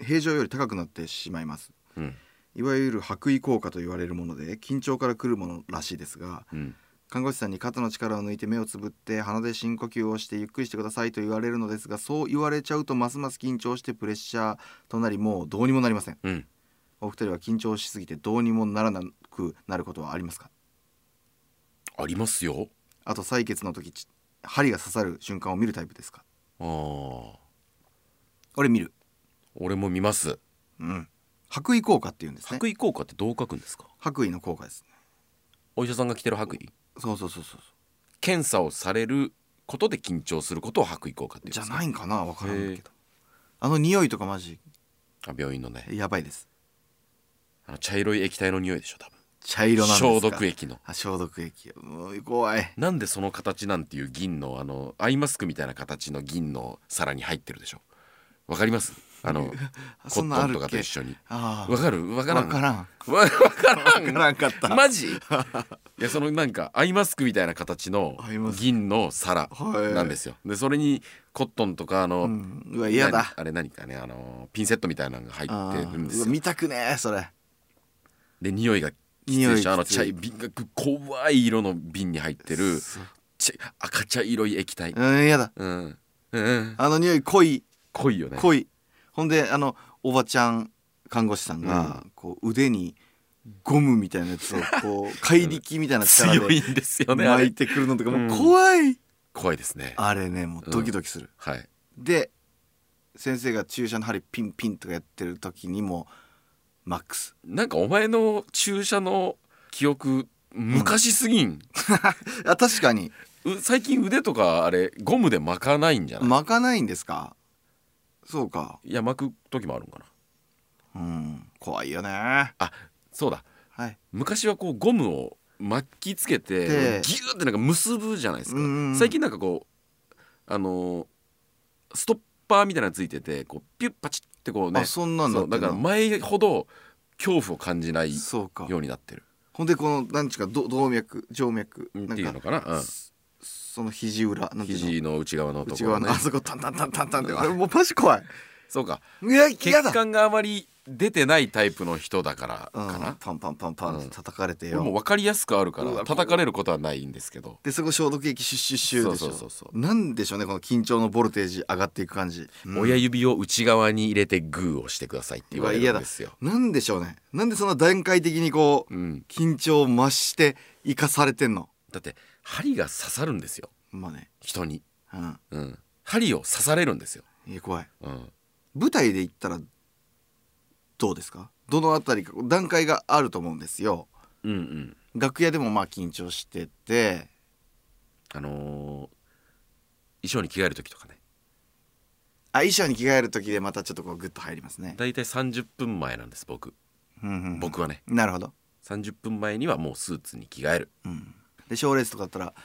平常より高くなってしまいます、 うん、 いわゆる白衣効果と言われるもので緊張から来るものらしいですが、うん、看護師さんに肩の力を抜いて目をつぶって鼻で深呼吸をしてゆっくりしてくださいと言われるのですが、そう言われちゃうとますます緊張してプレッシャーとなり、もうどうにもなりません、うん、お二人は緊張しすぎてどうにもならなくなることはありますか？ ありますよ。 あと採血の時針が刺さる瞬間を見るタイプですか？ ああ、 俺見る。 俺も見ます。 うん。白衣効果っていうんですね。 白衣効果ってどう書くんですか？ 白衣の効果ですね。 お医者さんが着てる白衣。 そうそうそうそう。 検査をされることで緊張することを白衣効果って言うんですか？ じゃないんかな、分からんけど。あの匂いとかマジ。 あ、病院のね。 やばいです。 あの茶色い液体の匂いでしょ多分。 茶色なんですか？ 消毒液の。 あ、消毒液。もう怖い。 なんでその形なんていう銀のあのアイマスクみたいな形の銀の皿に入ってるでしょ。わかります？あのコットンとかと一緒に。わかる？わからん。 わからん。 わからん。 わからんかった。 マジ？いや、そのなんかアイマスクみたいな形の銀の皿なんですよ。でそれにコットンとかあの、うん、 うわ嫌だ。 あれ何かね、あのピンセットみたいなのが入ってるんですよ。 見たくねえそれ。で匂いがきついし、あの茶瓶が怖い色の瓶に入ってる赤茶色い液体。 うん嫌だ。 うん。 うん。あの匂い濃い。 濃いよね。 濃い。ほんであのおばちゃん看護師さんが、うん、こう腕にゴムみたいなやつをこう怪力みたいな力で強いんですよね、 巻いてくるのとかもう怖い、うん、 怖いですねあれね。もうドキドキする、 うん、はい。 で先生が注射の針ピンピンとかやってる時にもマックス。 なんかお前の注射の記憶昔すぎん、うん、 あ確かに最近腕とかあれゴムで巻かないんじゃない？ 巻かないんですか？そうか。 いや巻く時もあるんかな。うん怖いよね。 あそうだ、 はい、 昔はこうゴムを巻きつけてギューってなんか結ぶじゃないですか、うんうん、最近なんかこうあのー、ストッパーみたいなのついててこうピュッパチッってこうね。 あそんなんだってだから前ほど恐怖を感じないようになってる。 ほんでこの何ちゅうか動脈静脈っていうのかな、うん、 その肘裏の肘の内側のところ、ね、 内側のあそこタンタンタンタンタンってあれもうマジ怖い。 そうか。 いや血管があまり出てないタイプの人だからかな、うん、 パンパンパンパンって叩かれてよ、 うん、もう分かりやすくあるから叩かれることはないんですけど、 でそこ消毒液シュッシュッシュでしょ。そうそうそうそう。なんでしょうねこの緊張のボルテージ上がっていく感じ、 うん、親指を内側に入れてグーをしてくださいって言われるんですよ。 なんでしょうね。なんでそんな段階的にこう、うん、緊張を増して生かされてんの。 だって針が刺さるんですよ、 まあね、 人に、 うんうん、針を刺されるんですよ。 いや怖い、 うん、 舞台で言ったらどうですか？どのあたりか段階があると思うんですよ、 うんうん、 楽屋でもまあ緊張してて、 あのー、衣装に着替える時とかね。 あ、衣装に着替える時でまたちょっとこうグッと入りますね。 だいたいさんじゅっぷんまえなんです僕、 うんうんうん、 僕はね。 なるほど。 さんじゅっぷんまえにはもうスーツに着替える、 うん、で賞レースとかだったら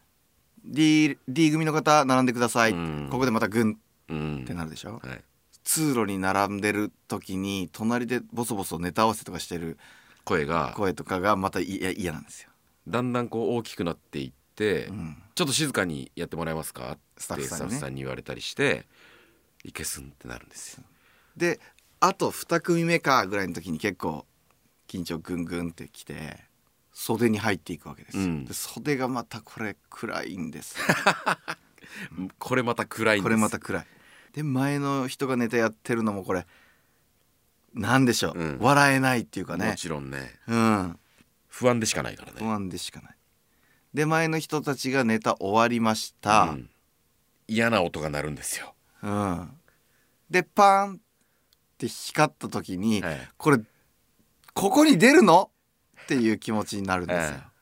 D, D 組の方並んでください、うん、ここでまたグンってなるでしょ、 うん、はい、 通路に並んでる時に隣でボソボソネタ合わせとかしてる声が声とかがまた嫌なんですよ。 だんだんこう大きくなっていって、うん、ちょっと静かにやってもらえますかってスタッフさんに、ね、スタッフさんに言われたりしていけすんってなるんですよ。 であとに組目かぐらいの時に結構緊張グングンってきて袖に入っていくわけですよ、うん、で袖がまたこれ暗いんですこれまた暗いんです。 これまた暗いで前の人がネタやってるのもこれなんでしょう、うん、笑えないっていうかね。 もちろんね、 うん、 不安でしかないからね。 不安でしかない。で前の人たちがネタ終わりました、うん、 嫌な音が鳴るんですよ、 うん、でパーンって光った時に、はい、これここに出るのっていう気持ちになるんですよ、はい、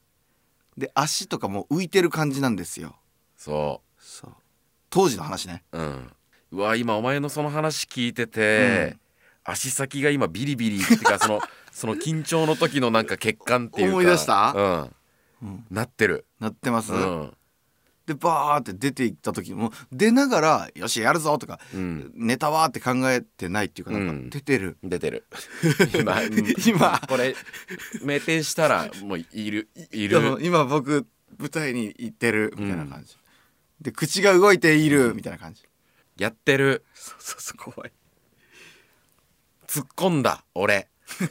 で足とかも浮いてる感じなんですよ。 そうそう当時の話ね。 うん、うわ今お前のその話聞いてて、うん、足先が今ビリビリっていうかそのその緊張の時のなんか血管っていうか思い出した、 うんうん、なってるなってます、うん、でバーって出ていった時も出ながらよしやるぞとか、うん、ネタはって考えてないっていうか、なんか出てる、 うん、出てる今今これ名店したらもういるいる今僕舞台に行ってるみたいな感じ、うん、で口が動いているみたいな感じやってる。 そうそうそう怖い。 突っ込んだ俺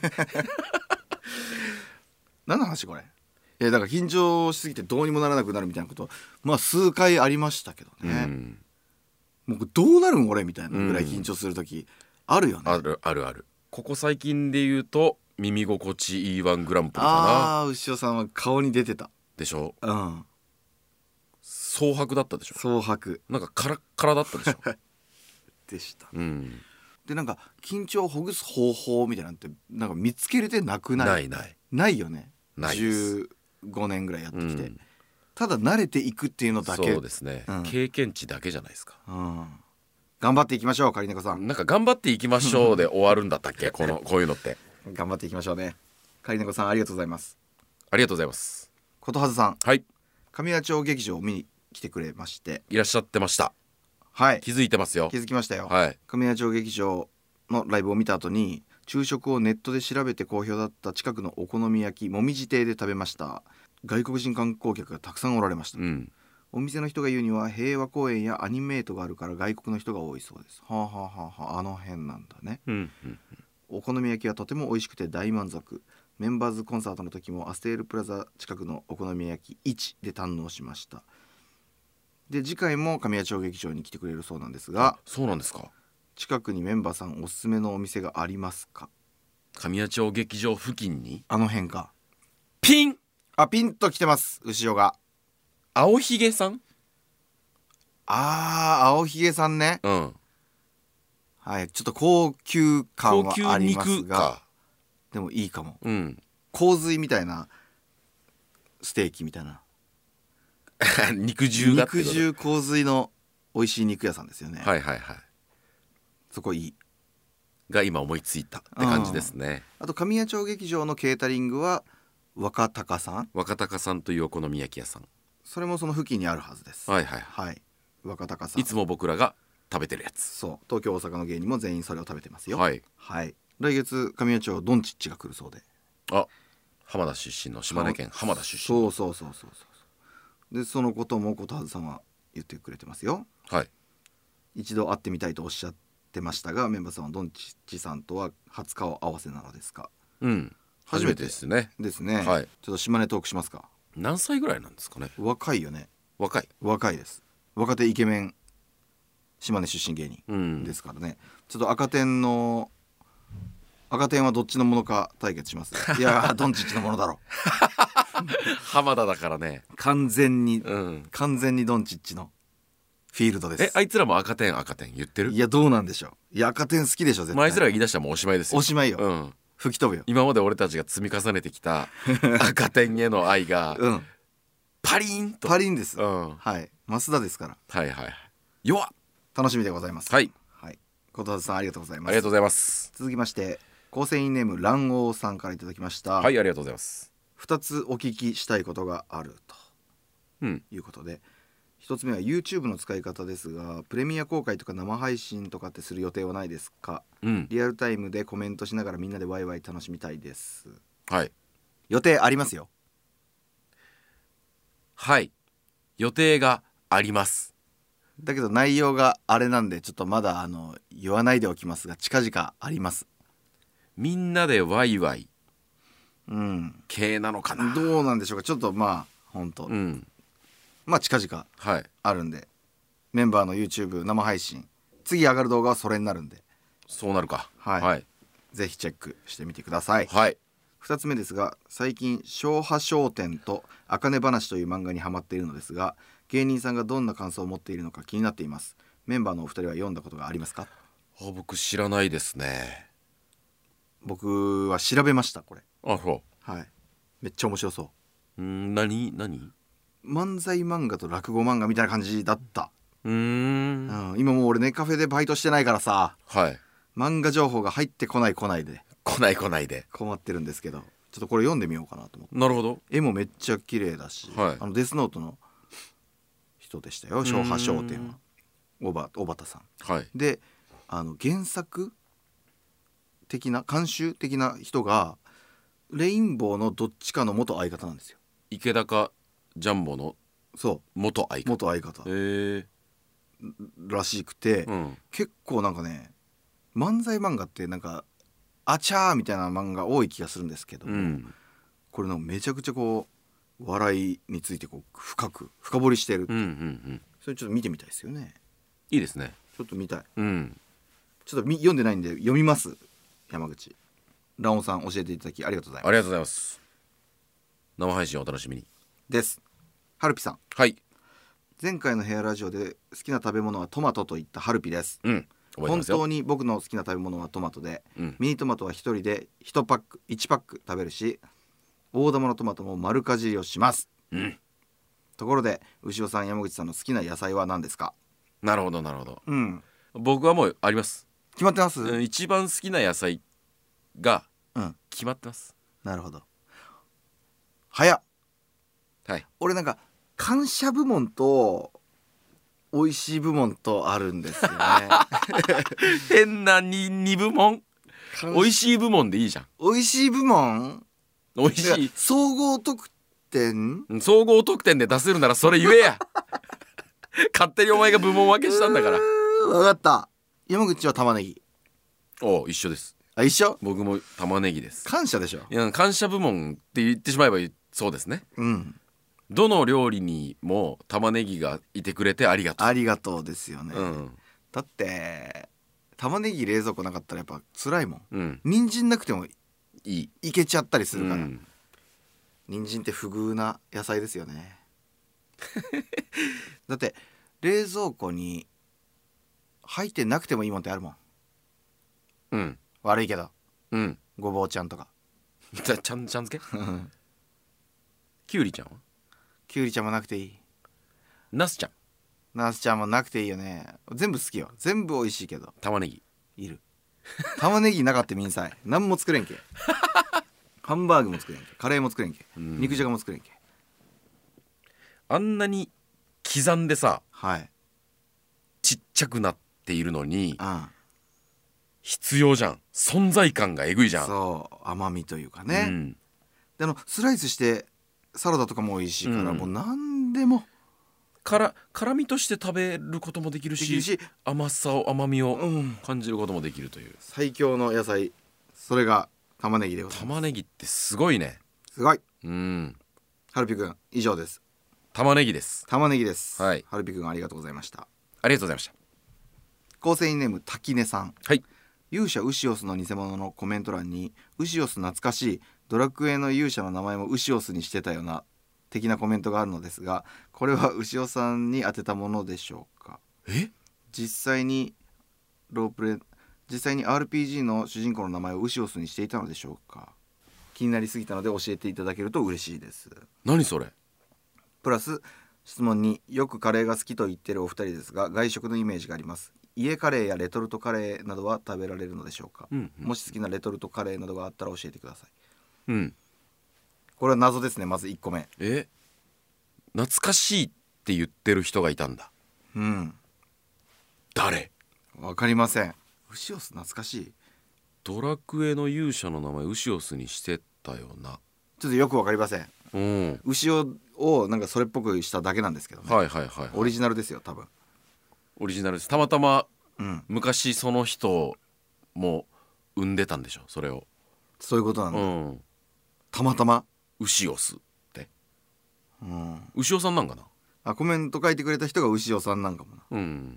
何の話これ。いやだから緊張しすぎてどうにもならなくなるみたいなことまあ数回ありましたけどね、うん、もうどうなるん俺みたいなぐらい緊張する時あるよね、 うん、あるあるある。ここ最近で言うと耳心地いいワングランプリかな。 ああ牛尾さんは顔に出てたでしょ。 うん蒼白だったでしょ。 蒼白なんかカラッカラだったでしょでした、 うん、 でなんか緊張をほぐす方法みたいなんてなんか見つけれてなくない？ ないないないよね。 ないです。 じゅうごねんぐらいやってきて、 うん、 ただ慣れていくっていうのだけ。 そうですね、うん、経験値だけじゃないですか、 うん、頑張っていきましょうカリネコさん。 なんか頑張っていきましょうで終わるんだったっけこのこういうのって頑張っていきましょうね。カリネコさんありがとうございます。 ありがとうございます。 ことはずさん、 はい神谷町劇場を見に来てくれましていらっしゃってました。 はい気づいてますよ。 気づきましたよ、 はい、 神谷町劇場のライブを見た後に昼食をネットで調べて好評だった近くのお好み焼きもみじ亭で食べました。外国人観光客がたくさんおられました、うん、お店の人が言うには平和公園やアニメートがあるから外国の人が多いそうです。はあはあはあはあ、あの辺なんだね、うんうんうん、お好み焼きはとても美味しくて大満足。メンバーズコンサートの時もアステールプラザ近くのお好み焼きいちで堪能しました。で次回も神谷町劇場に来てくれるそうなんですが。 そうなんですか。 近くにメンバーさんおすすめのお店がありますか？ 神谷町劇場付近にあの辺か。 ピンあピンと来てます後ろが。 青ひげさん。 あー青ひげさんね、うん、はいちょっと高級感はありますがでもいいかも、うん、洪水みたいなステーキみたいな肉汁が肉汁洪水の美味しい肉屋さんですよね。 はいはいはい。 そこいいが今思いついたって感じですね。 あと神谷町劇場のケータリングは若鷹さん若鷹さんというお好み焼き屋さん、 それもその付近にあるはずです。 はいはいはい、はい、 若鷹さんいつも僕らが食べてるやつ。 そう東京大阪の芸人も全員それを食べてますよ。 はい、 はい、来月神谷町ドンチッチが来るそうで。 あ浜田出身の島根県浜田出身。 そうそうそうそうそうでそのこともことはずさんは言ってくれてますよ。 はい、 一度会ってみたいとおっしゃってましたがメンバーさんはドンチッチさんとは初顔合わせなのですか？ うん初めてですね。 ですね、 はい、 ちょっと島根トークしますか。 何歳ぐらいなんですかね。 若いよね。 若い若いです。若手イケメン島根出身芸人ですからね、うん、ちょっと赤点の赤点はどっちのものか対決します。いやドンチッチのものだろ浜田だからね完全に、うん、完全にドンチッチのフィールドです。 えあいつらも赤点赤点言ってる。 いやどうなんでしょう。いや赤点好きでしょ絶対。 あいつらが言い出したらもうおしまいですよ。 おしまいよ、うん、吹き飛ぶよ。 今まで俺たちが積み重ねてきた赤点への愛が、うん、パリンとパリンです、うん、はい増田ですから。 はいはい弱っ楽しみでございます。 はい、 はい、ことはずさんありがとうございます。 ありがとうございます。 続きまして構成員ネーム卵黄さんからいただきました。 はいありがとうございます。 ふたつお聞きしたいことがあると、うん、いうことでひとつめは YouTube の使い方ですがプレミア公開とか生配信とかってする予定はないですか？うん、リアルタイムでコメントしながらみんなでワイワイ楽しみたいです。 はい予定ありますよ。 はい予定があります。 だけど内容があれなんでちょっとまだあの言わないでおきますが近々あります。 みんなでワイワイうん系なのかな。 どうなんでしょうか。ちょっとまあ本当、うん、まあ近々あるんで、はい、メンバーの YouTube 生配信次上がる動画はそれになるんでそうなるか。 はい、はい、ぜひチェックしてみてください。 はいふたつめですが最近昭和商店と茜話という漫画にハマっているのですが芸人さんがどんな感想を持っているのか気になっています。メンバーのお二人は読んだことがありますか？ あ僕知らないですね。 僕は調べましたこれ。 あそう、 はい、めっちゃ面白そう。 ん何何漫才漫画と落語漫画みたいな感じだった。うーん、うん、今もう俺ネカフェでバイトしてないからさ、はい、漫画情報が入ってこない来ないで来ない来ないで困ってるんですけどちょっとこれ読んでみようかなと思って。 なるほど。 絵もめっちゃ綺麗だし、はい、あのデスノートの人でしたよ昭和商店は小ば小畑さん、はい、であの原作的な監修的な人がレインボーのどっちかの元相方なんですよ。 池高ジャンボのそう元相方元相方、えー、らしくて、うん、結構なんかね漫才漫画ってなんかあちゃーみたいな漫画多い気がするんですけども、 うん、 これのめちゃくちゃこう笑いについてこう深く深掘りしてる、 うんうんうん、 それちょっと見てみたいですよね。 いいですね。 ちょっと見たい、 うん、 ちょっと読んでないんで読みます。山口ラオンさん教えていただきありがとうございます。 ありがとうございます。生配信お楽しみにです。はるぴさん、 はい、 前回のヘアラジオで好きな食べ物はトマトと言ったはるぴです、 うん、覚えてますよ。 本当に僕の好きな食べ物はトマトで、 うん、 ミニトマトは一人でいちパックいちパック食べるし、大玉のトマトも丸かじりをします、 うん、 ところで牛尾さん山口さんの好きな野菜は何ですか？ なるほどなるほど、 うん、 僕はもうあります。 決まってます、 うん、一番好きな野菜がうん決まってます。 なるほど。早っ。 はい、 俺なんか感謝部門と美味しい部門とあるんですよね変な 2, 部門。美味しい部門でいいじゃん。 美味しい部門美味しい総合得点総合得点で出せるならそれ言えや勝手にお前が部門分けしたんだから。 分かった。山口は玉ねぎ。 お一緒です。 あ、一緒。 僕も玉ねぎです。 感謝でしょ。 いや感謝部門って言ってしまえばそうですね。 うん。 どの料理にも玉ねぎがいてくれてありがとう。 ありがとうですよね、 うん、 だって玉ねぎ冷蔵庫なかったらやっぱ辛いもん、 うん、 人参なくてもいいいけちゃったりするから、 うん、 人参って不遇な野菜ですよねだって冷蔵庫に入ってなくてもいいもんってあるもん。 うん、 悪いけど、 うん、 ごぼうちゃんとかちゃちゃんちゃん漬けきゅうりちゃんはきゅうりちゃんもなくていい。 ナスちゃんナスちゃんもなくていいよね。全部好きよ。全部美味しいけど玉ねぎいる。玉ねぎなかってみんさい何も作れんけハンバーグも作れんけ、カレーも作れんけ、うん、肉じゃがも作れんけ。 あんなに刻んでさ、 はい、 ちっちゃくなっているのに、 うん、 必要じゃん。存在感がえぐいじゃん。 そう甘みというかね、 うん、 であのスライスしてサラダとかも美味しいから、うん、もう何でもから辛みとして食べることもできる し, できるし甘さを甘みを感じることもできるという、うん、 最強の野菜、それが玉ねぎでございます。 玉ねぎってすごいね。 すごい。 うん。 はるぴくん以上です。 玉ねぎです。 玉ねぎです。 はい。 はるぴくんありがとうございました。 ありがとうございました。 構成員ネーム滝根さん。 はい。 勇者ウシオスの偽物のコメント欄に、ウシオス懐かしい、ドラクエの勇者の名前もウシオスにしてたよな的なコメントがあるのですが、これは牛尾さんに当てたものでしょうか？ え？ 実際にロープレ実際に アールピージー の主人公の名前をウシオスにしていたのでしょうか？気になりすぎたので教えていただけると嬉しいです。 何それ？ プラス質問に、よくカレーが好きと言ってるお二人ですが、外食のイメージがあります。家カレーやレトルトカレーなどは食べられるのでしょうか？うんうん、もし好きなレトルトカレーなどがあったら教えてください。 うん、 これは謎ですね。まずいっこめ。 え、懐かしいって言ってる人がいたんだ。 うん。 誰？ わかりません。ウシオス懐かしい。 ドラクエの勇者の名前ウシオスにしてたよな。 ちょっとよくわかりません。うん。牛尾をなんかそれっぽくしただけなんですけどね。 はいはいはい、はい、 オリジナルですよ多分。 オリジナルです。たまたま、 うん、 昔その人も産んでたんでしょそれを。 そういうことなんだ、うん、たまたまウシオスって、 うん、 牛尾さんなんかなあ。コメント書いてくれた人が牛尾さんなんかもな。 うん。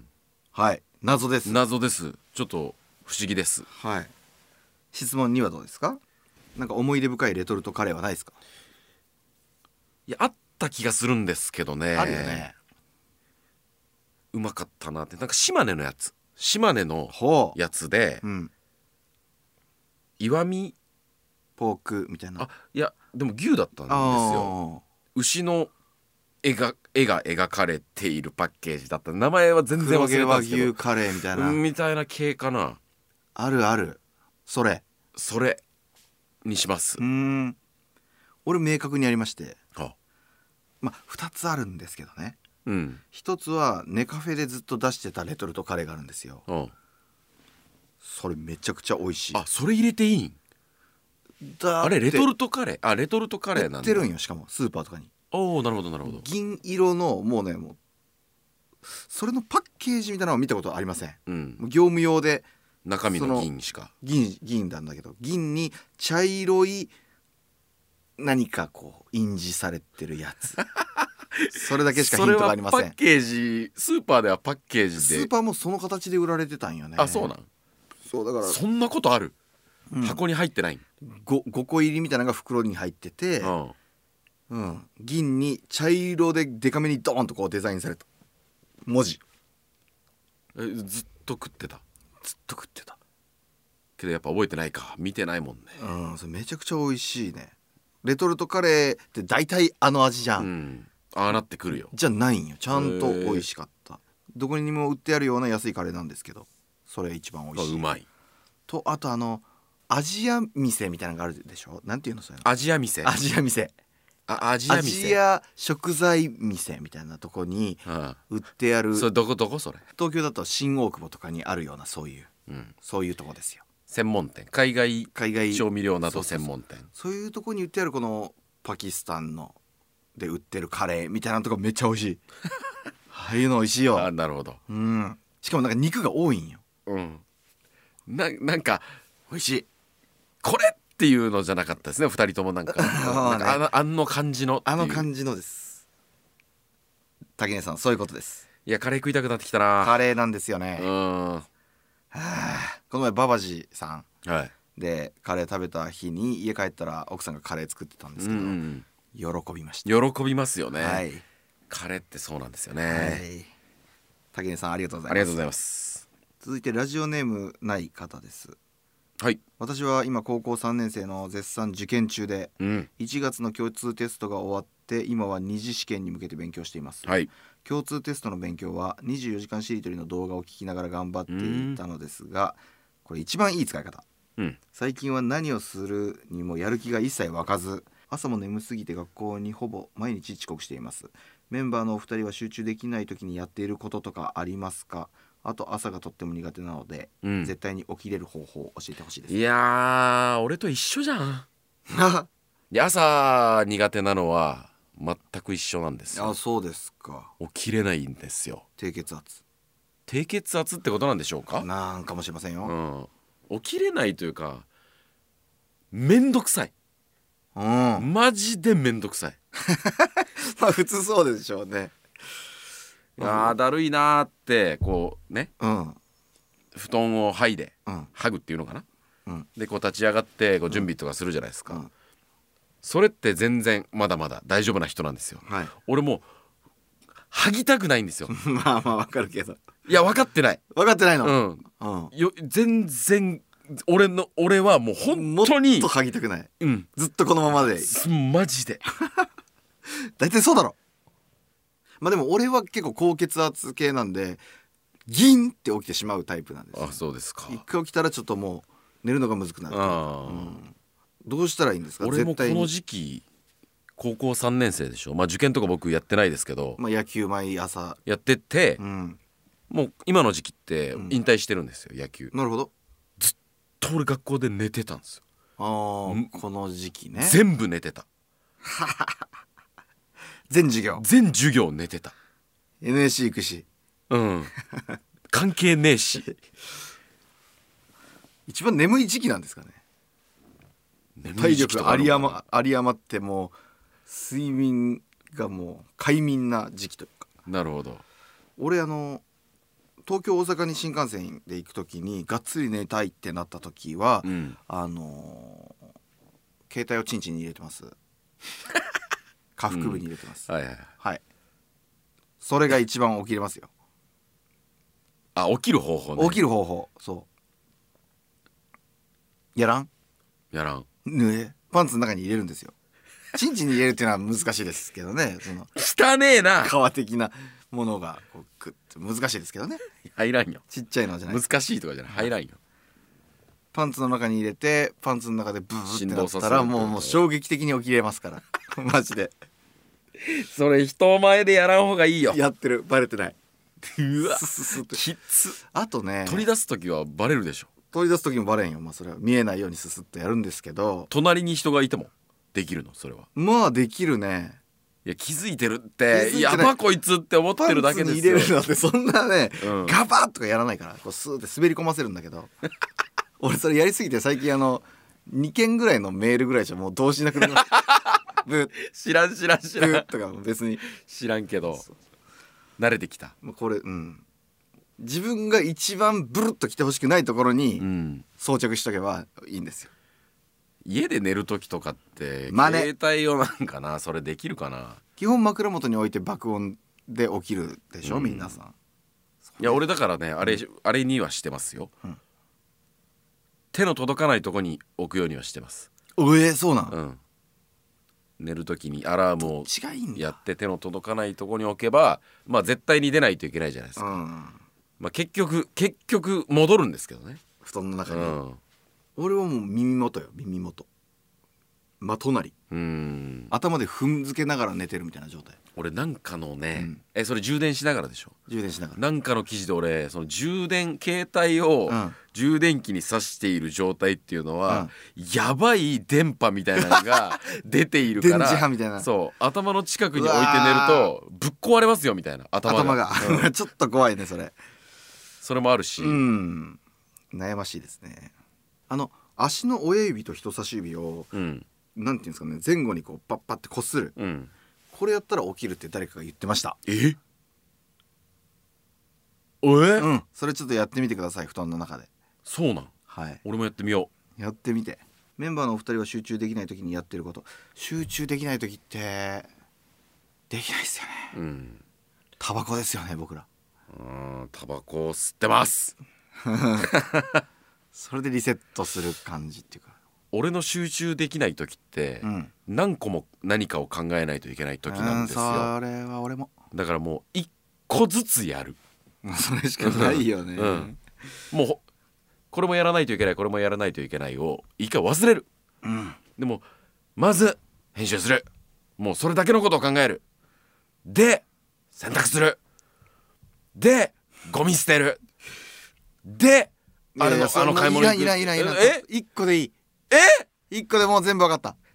はい、謎です。 謎です。ちょっと不思議です。 はい。質問にはどうですか？なんか思い出深いレトルトカレーはないですか？ いや、あった気がするんですけどね。 あるよね。 うまかったなって。なんか島根のやつ島根のやつで、うん、石見ポークみたいな。 あ、いやでも牛だったんですよ。牛の絵が絵が描かれているパッケージだった。名前は全然忘れたんですけど、 黒毛和牛カレーみたいな、 うん、みたいな系かな。 あるある。それそれにします。 うーん、俺明確にありまして、 はあ、 まあふたつあるんですけどね、 うん、 ひとつはネカフェでずっと出してたレトルトカレーがあるんですよ。 はあ、 それめちゃくちゃ美味しい。 あ、それ入れていいんだ。あれレトルトカレー、あ、レトルトカレーなんだ。 売ってるんよ、しかもスーパーとかに。 おお、なるほどなるほど。 銀色のもうね、もうそれのパッケージみたいなのを見たことありません、うん、もう業務用で中身の銀しか銀銀なんだけど、銀に茶色い何かこう印字されてるやつそれだけしかヒントがありません。 それはパッケージ、スーパーではパッケージで、 スーパーもその形で売られてたんよね。 あ、そうなん。 そうだからそんなことある、 うん、 箱に入ってない 5, ごこ入りみたいなのが袋に入ってて、うんうん、銀に茶色でデカめにドーンとこうデザインされた文字。 えずっと食ってたずっと食ってたけどやっぱ覚えてないか、見てないもんね。 うん、それめちゃくちゃ美味しいね。レトルトカレーって大体あの味じゃん、うん、 ああなってくるよ。 じゃないんよ、ちゃんと美味しかった。どこにも売ってあるような安いカレーなんですけど、それ一番美味しい。 うまいと、あとあのアジア店みたいなのがあるでしょ、なんていうのそれ。 アジア店。 アジア店あアジア店、 アジア食材店みたいなとこに売ってある、 ああそれどこどこそれ。 東京だと新大久保とかにあるようなそういう、うん、そういうとこですよ。 専門店、海外海外調味料など専門店。 そうそうそう、そういうとこに売ってあるこのパキスタンので売ってるカレーみたいなとこめっちゃ美味しいああいうの美味しいよ。 あ、なるほど、 うん、しかもなんか肉が多いんよ。 うん、な, なんか美味しいこれっていうのじゃなかったですね、ふたりとも。なんかなんかあの、あの感じのあの感じのです。竹根さんそういうことです。 いやカレー食いたくなってきたな。 カレーなんですよね。 うん、はあ、この前ババジさん、 はい、 でカレー食べた日に家帰ったら奥さんがカレー作ってたんですけど、うん、喜びました。 喜びますよね、はい、カレーってそうなんですよね、はい、 竹根さんありがとうございます。 ありがとうございます。 続いてラジオネームない方です。 はい、 私は今高校さんねん生の絶賛受験中で、うん、いちがつの共通テストが終わって今は二次試験に向けて勉強しています、はい、共通テストの勉強はにじゅうよじかんしりとりの動画を聞きながら頑張っていたのですが、これ一番いい使い方、うん、最近は何をするにもやる気が一切湧かず、朝も眠すぎて学校にほぼ毎日遅刻しています。メンバーのお二人は集中できない時にやっていることとかありますか？あと朝がとっても苦手なので、うん、絶対に起きれる方法を教えてほしいです。 いやー俺と一緒じゃんいや朝苦手なのは全く一緒なんですよ。 あ、そうですか。 起きれないんですよ。 低血圧低血圧ってことなんでしょうか。 なんかもしれませんよ、 うん、起きれないというかめんどくさい、うん、マジでめんどくさいまあ普通そうでしょうね。 あーだるいなーってこうね、うん、布団を剥いで、うん、剥ぐっていうのかな、うん、でこう立ち上がってこう準備とかするじゃないですか、うん、それって全然まだまだ大丈夫な人なんですよ、はい、俺も剥ぎたくないんですよまあまあわかるけど、 いや分かってない分かってないの、 うんうん、よ全然俺の俺はもう本当にもっと剥ぎたくない、うん、ずっとこのままでマジで大体そうだろ。まあでも俺は結構高血圧系なんでギンって起きてしまうタイプなんです。 あ、そうですか。 一回起きたらちょっともう寝るのが難くなる、うん、どうしたらいいんですか。 俺もこの時期高校さんねん生でしょ、まあ受験とか僕やってないですけど、 まあ、野球毎朝やってて、うん、もう今の時期って引退してるんですよ、うん、野球。 なるほど。 ずっと俺学校で寝てたんですよ。 ああ、この時期ね。 全部寝てた全授業全授業寝てた。 エヌエーシー 行くし、 うん関係ねえし一番眠い時期なんですかね。体力が有り余有り余ってもう睡眠がもう快眠な時期というか。 なるほど。 俺あの東京大阪に新幹線で行く時にがっつり寝たいってなった時は、うん、あのー、携帯をチンチンに入れてます下腹部に入れてます、うん、はいはいはい。それが一番起きれますよ。 あ、起きる方法ね。 起きる方法、そうやらんやらんね。パンツの中に入れるんですよ。チンチンに入れるっていうのは難しいですけどね。その汚ねえな皮的なものがこうグッて難しいですけどね。 入らんよ。 ちっちゃいのじゃない。 難しいとかじゃない、入らんよ。 パンツの中に入れてパンツの中でブーってなったらもう、もう衝撃的に起きれますからマジで。 それ人前でやらん方がいいよ。 やってる、バレてない。 うわきつ。 あとね、 取り出す時はバレるでしょ。 取り出す時もバレんよ。まあそれは見えないようにススッとやるんですけど、 隣に人がいてもできるのそれは。 まあできるね。 いや気づいてるってやばこいつって思ってるだけですよ。 パンツに入れるのってそんなね、 うん、 ガバッとかやらないからこうスーって滑り込ませるんだけど俺それやりすぎて最近あのにけんぐらいのメールぐらいじゃもうどうしなくなるブ知らん知らん知らんブとかも別に知らんけど慣れてきた。 もうこれうん自分が一番ブルッと来てほしくないところに装着しとけばいいんですよ。 家で寝る時とかってまあね、 携帯をなんかなそれできるかな。 基本枕元に置いて爆音で起きるでしょ、うん、皆さん。 いや俺だからねあれ、あれにはしてますよ、うん、手の届かないとこに置くようにはしてます。 えー、そうなん、 うん、寝る時にアラームをやって手の届かないとこに置けばまあ絶対に出ないといけないじゃないですか、うん、まあ、結局結局戻るんですけどね布団の中に、うん、俺はもう耳元よ耳元真隣、うーん頭で踏んづけながら寝てるみたいな状態。 俺なんかのね、うん、えそれ充電しながらでしょ。 充電しながらなんかの記事で俺その充電携帯を充電器に挿している状態っていうのは、うん、やばい電波みたいなのが出ているから電磁波みたいなそう頭の近くに置いて寝るとぶっ壊れますよみたいな頭が、 頭が、うん、ちょっと怖いねそれ。 それもあるし、 うん、悩ましいですね。あの足の親指と人差し指を、うん、なんていうんですかね前後にこうパッパってこする、うん、これやったら起きるって誰かが言ってました。 ええ、 うん、それちょっとやってみてください布団の中で。 そうなん、 はい、 俺もやってみよう。やってみて。メンバーのお二人は集中できない時にやってること。集中できない時ってできないですよね。うん、タバコですよね僕ら。 うん、タバコを吸ってますそれでリセットする感じっていうか。 俺の集中できない時って、うん、何個も何かを考えないといけない時なんですよ。 それは俺もだからもう一個ずつやるそれしかないよね、うん、 もうこれもやらないといけないこれもやらないといけないを一回忘れる、うん、でもまず編集するもうそれだけのことを考えるで洗濯するでゴミ捨てるであれのあの買い物行く。 いらんいらんいらんいらん。 え一個でいい。 え一個でもう全部わかった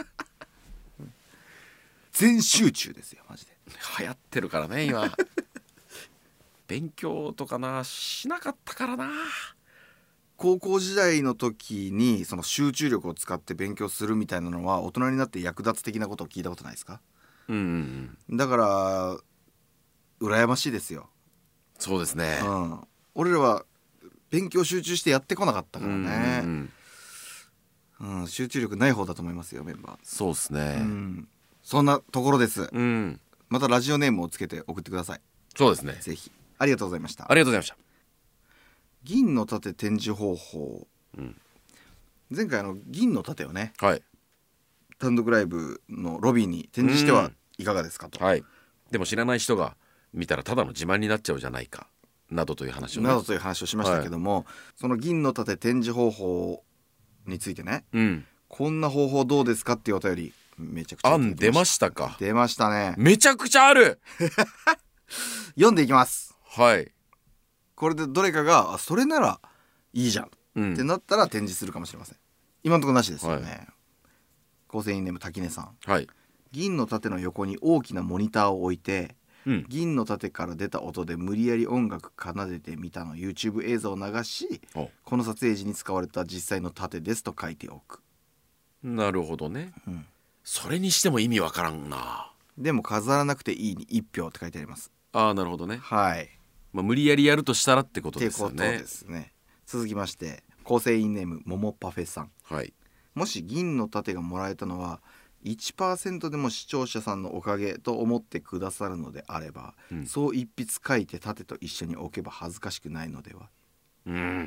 全集中ですよマジで。 流行ってるからね今勉強とかなしなかったからな。 高校時代の時にその集中力を使って勉強するみたいなのは大人になって役立つ的なことを聞いたことないですか。うんうんうん、だから羨ましいですよ。 そうですね、 うん、俺らは勉強集中してやってこなかったからね、うんうんうん、集中力ない方だと思いますよメンバー。 そうですね、うん、 そんなところです、 うん、 またラジオネームをつけて送ってください。 そうですねぜひ。ありがとうございました。 ありがとうございました。 銀の盾展示方法、うん、前回あの銀の盾をね、はい、単独ライブのロビーに展示してはいかがですかと、 はい、でも知らない人が見たらただの自慢になっちゃうじゃないかなどという話を、ね、 などという話をしましたけども、はい、その銀の盾展示方法についてね、うん、こんな方法どうですかっていうお便りめちゃくちゃ案出ましたか。 出ましたね。 めちゃくちゃある読んでいきます。 はい。 これでどれかがそれならいいじゃん、うん、ってなったら展示するかもしれません。今のところなしですよね、はい、構成員ネーム滝根さん、はい、銀の盾の横に大きなモニターを置いて、うん、銀の盾から出た音で無理やり音楽奏でてみたの YouTube 映像を流し、この撮影時に使われた実際の盾ですと書いておく。 なるほどね、うん、それにしても意味わからんな。 でも飾らなくていいにいっぴょうって書いてあります。 ああなるほどね。 はい、 まあ、無理やりやるとしたらってことですよね。 ってことですね。続きまして構成員ネームももパフェさん、はい、もし銀の盾がもらえたのはいちパーセント でも視聴者さんのおかげと思ってくださるのであれば、うん、そう一筆書いて盾と一緒に置けば恥ずかしくないのでは、うん、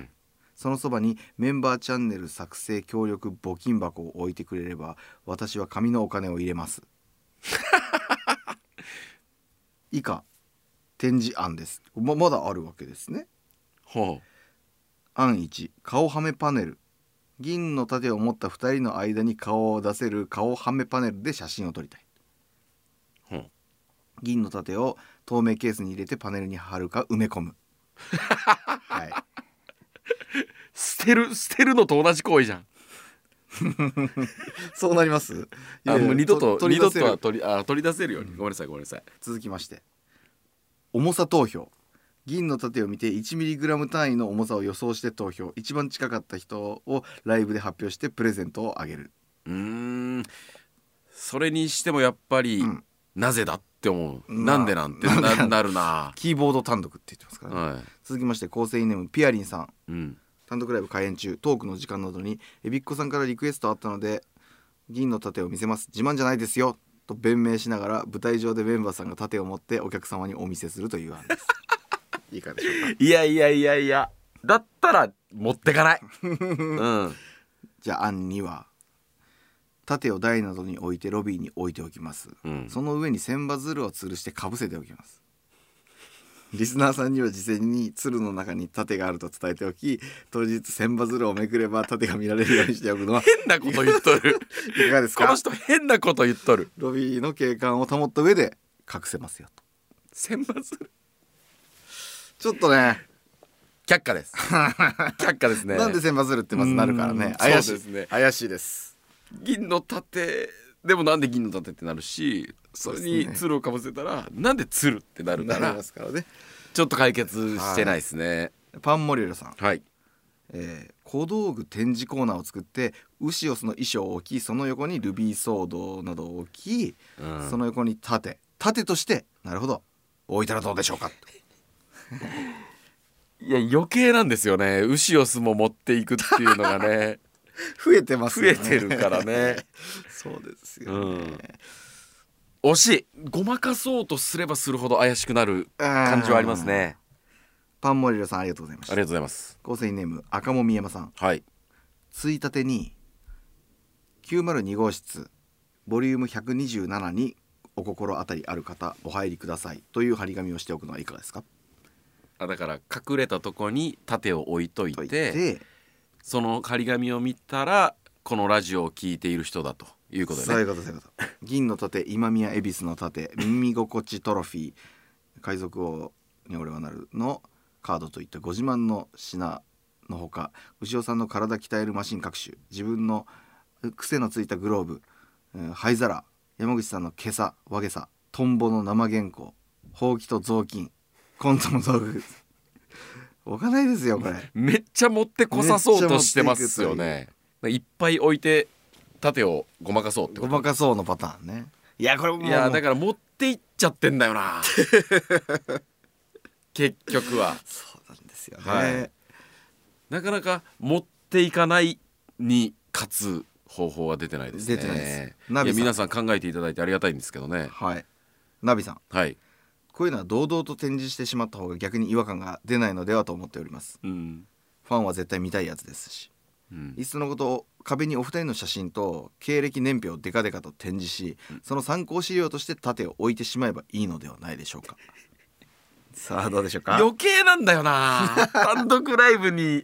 そのそばにメンバーチャンネル作成協力募金箱を置いてくれれば私は紙のお金を入れます以下展示案です。 ま, まだあるわけですね。はあ、案いち顔はめパネル。銀の盾を持ったふたりの間に顔を出せる顔はめパネルで写真を撮りたい、はあ、銀の盾を透明ケースに入れてパネルに貼るか埋め込むはい、 捨てる捨てるのと同じ行為じゃんそうなります。 いやいやもう二度と二度とは取りあ取り出せるように、うん、ごめんなさいごめんなさい。 続きまして重さ投票。銀の盾を見て いちミリグラム 単位の重さを予想して投票。一番近かった人をライブで発表してプレゼントをあげる。 うーんそれにしてもやっぱり、うん、なぜだって思う、まあ、なんでなんて な, なるな。 キーボード単独って言ってますからね、はい、続きまして構成員ネームピアリンさん、うん、単独ライブ開演中トークの時間などにえびっこさんからリクエストあったので銀の盾を見せます、自慢じゃないですよと弁明しながら舞台上でメンバーさんが盾を持ってお客様にお見せするという案ですいいかでしょうか。 いやいやいやいやだったら持ってかない、うん、 じゃあ案には盾を台などに置いてロビーに置いておきます、うん、その上に千羽鶴を吊るしてかぶせておきます。リスナーさんには事前に鶴の中に盾があると伝えておき当日千羽鶴をめくれば盾が見られるようにしておくのは変なこと言っとるいかがですか。 この人変なこと言っとる。 ロビーの景観を保った上で隠せますよと。 千羽鶴ちょっとね却下です却下ですね。 なんで千羽鶴ってまずなるからね怪しいですね。怪しいです。 銀の盾でもなんで銀の盾ってなるしそれに鶴をかぶせたら、ね、なんで鶴ってなるから、 ますからね、 ちょっと解決してないですね、はい、 パンモリュラさん、 はい、 えー、小道具展示コーナーを作ってウシオスの衣装を置きその横にルビーソードなどを置き、うん、その横に盾盾としてなるほど置いたらどうでしょうかいや余計なんですよね。ウシオスも持っていくっていうのがね増えてますよね。 増えてるからねそうですよね、 うん、惜しい。ごまかそうとすればするほど怪しくなる感じはありますね。 パンモリルさんありがとうございました。 ありがとうございます。 構成員ネーム赤もみ山さん、 はい、 ついたてにきゅうまるに号室ボリュームひゃくにじゅうななにお心当たりある方お入りくださいという張り紙をしておくのはいかがですか。 あだから隠れたとこに盾を置いといて、いてその張り紙を見たらこのラジオを聞いている人だということでね。 そういうことそういうこと銀の盾今宮恵比寿の盾耳心地トロフィー海賊王に俺はなるのカードといったご自慢の品のほか牛尾さんの体鍛えるマシン各種自分の癖のついたグローブ、えー、灰皿山口さんの袈裟和袈裟トンボの生原稿ほうきと雑巾コントの道具置かないですよこれ。 めっちゃ持ってこさそうとしてますよね。いっぱい置いて盾をごまかそうってこと。 ごまかそうのパターンね。いやこれもいやだから持っていっちゃってんだよな結局はそうなんですよね、 はい、なかなか持っていかないに勝つ方法は出てないですね。 出てないです。 いや皆さん考えていただいてありがたいんですけどね。 はい。ナビさん、 はい、 こういうのは堂々と展示してしまった方が逆に違和感が出ないのではと思っております、うん、ファンは絶対見たいやつですし、うん、いっそのこと壁にお二人の写真と経歴年表をデカデカと展示し、うん、その参考資料として盾を置いてしまえばいいのではないでしょうかさあどうでしょうか。 余計なんだよな単独ライブに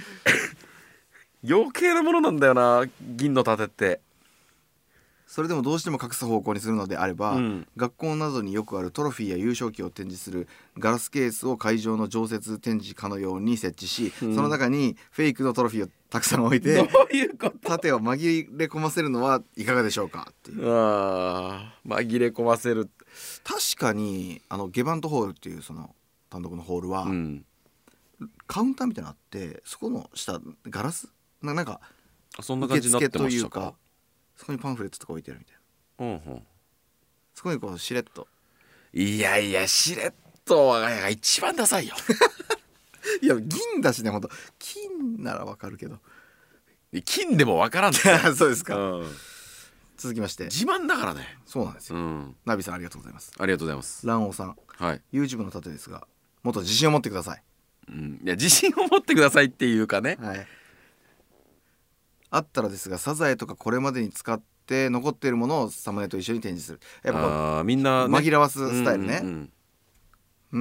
余計なものなんだよな銀の盾って。 それでもどうしても隠す方向にするのであれば、うん、学校などによくあるトロフィーや優勝旗を展示するガラスケースを会場の常設展示かのように設置し、うん、その中にフェイクのトロフィーをたくさん置いてどういうこと盾を紛れ込ませるのはいかがでしょうかっていう。 あ紛れ込ませる。 確かにあのゲバントホールっていうその単独のホールは、うん、カウンターみたいなのあってそこの下ガラスな、なんかそんな感じになってましたか。 そこにパンフレットとか置いてるみたいな、うんうん、そこにこうしれっといやいやしれっとは一番ダサいよいや銀だしねほんと金ならわかるけど金でもわからんねそうですか、うん、続きまして自慢だからね。 そうなんですよ、うん、ナビさんありがとうございます。 ありがとうございます。 蘭王さん、 はい、 YouTube の盾ですがもっと自信を持ってください、 うん、いや自信を持ってくださいっていうかね、はい、 あったらですがサザエとかこれまでに使って残っているものをサムネと一緒に展示する。やっぱこうあみんな、ね、 紛らわすスタイルね。うん、うん、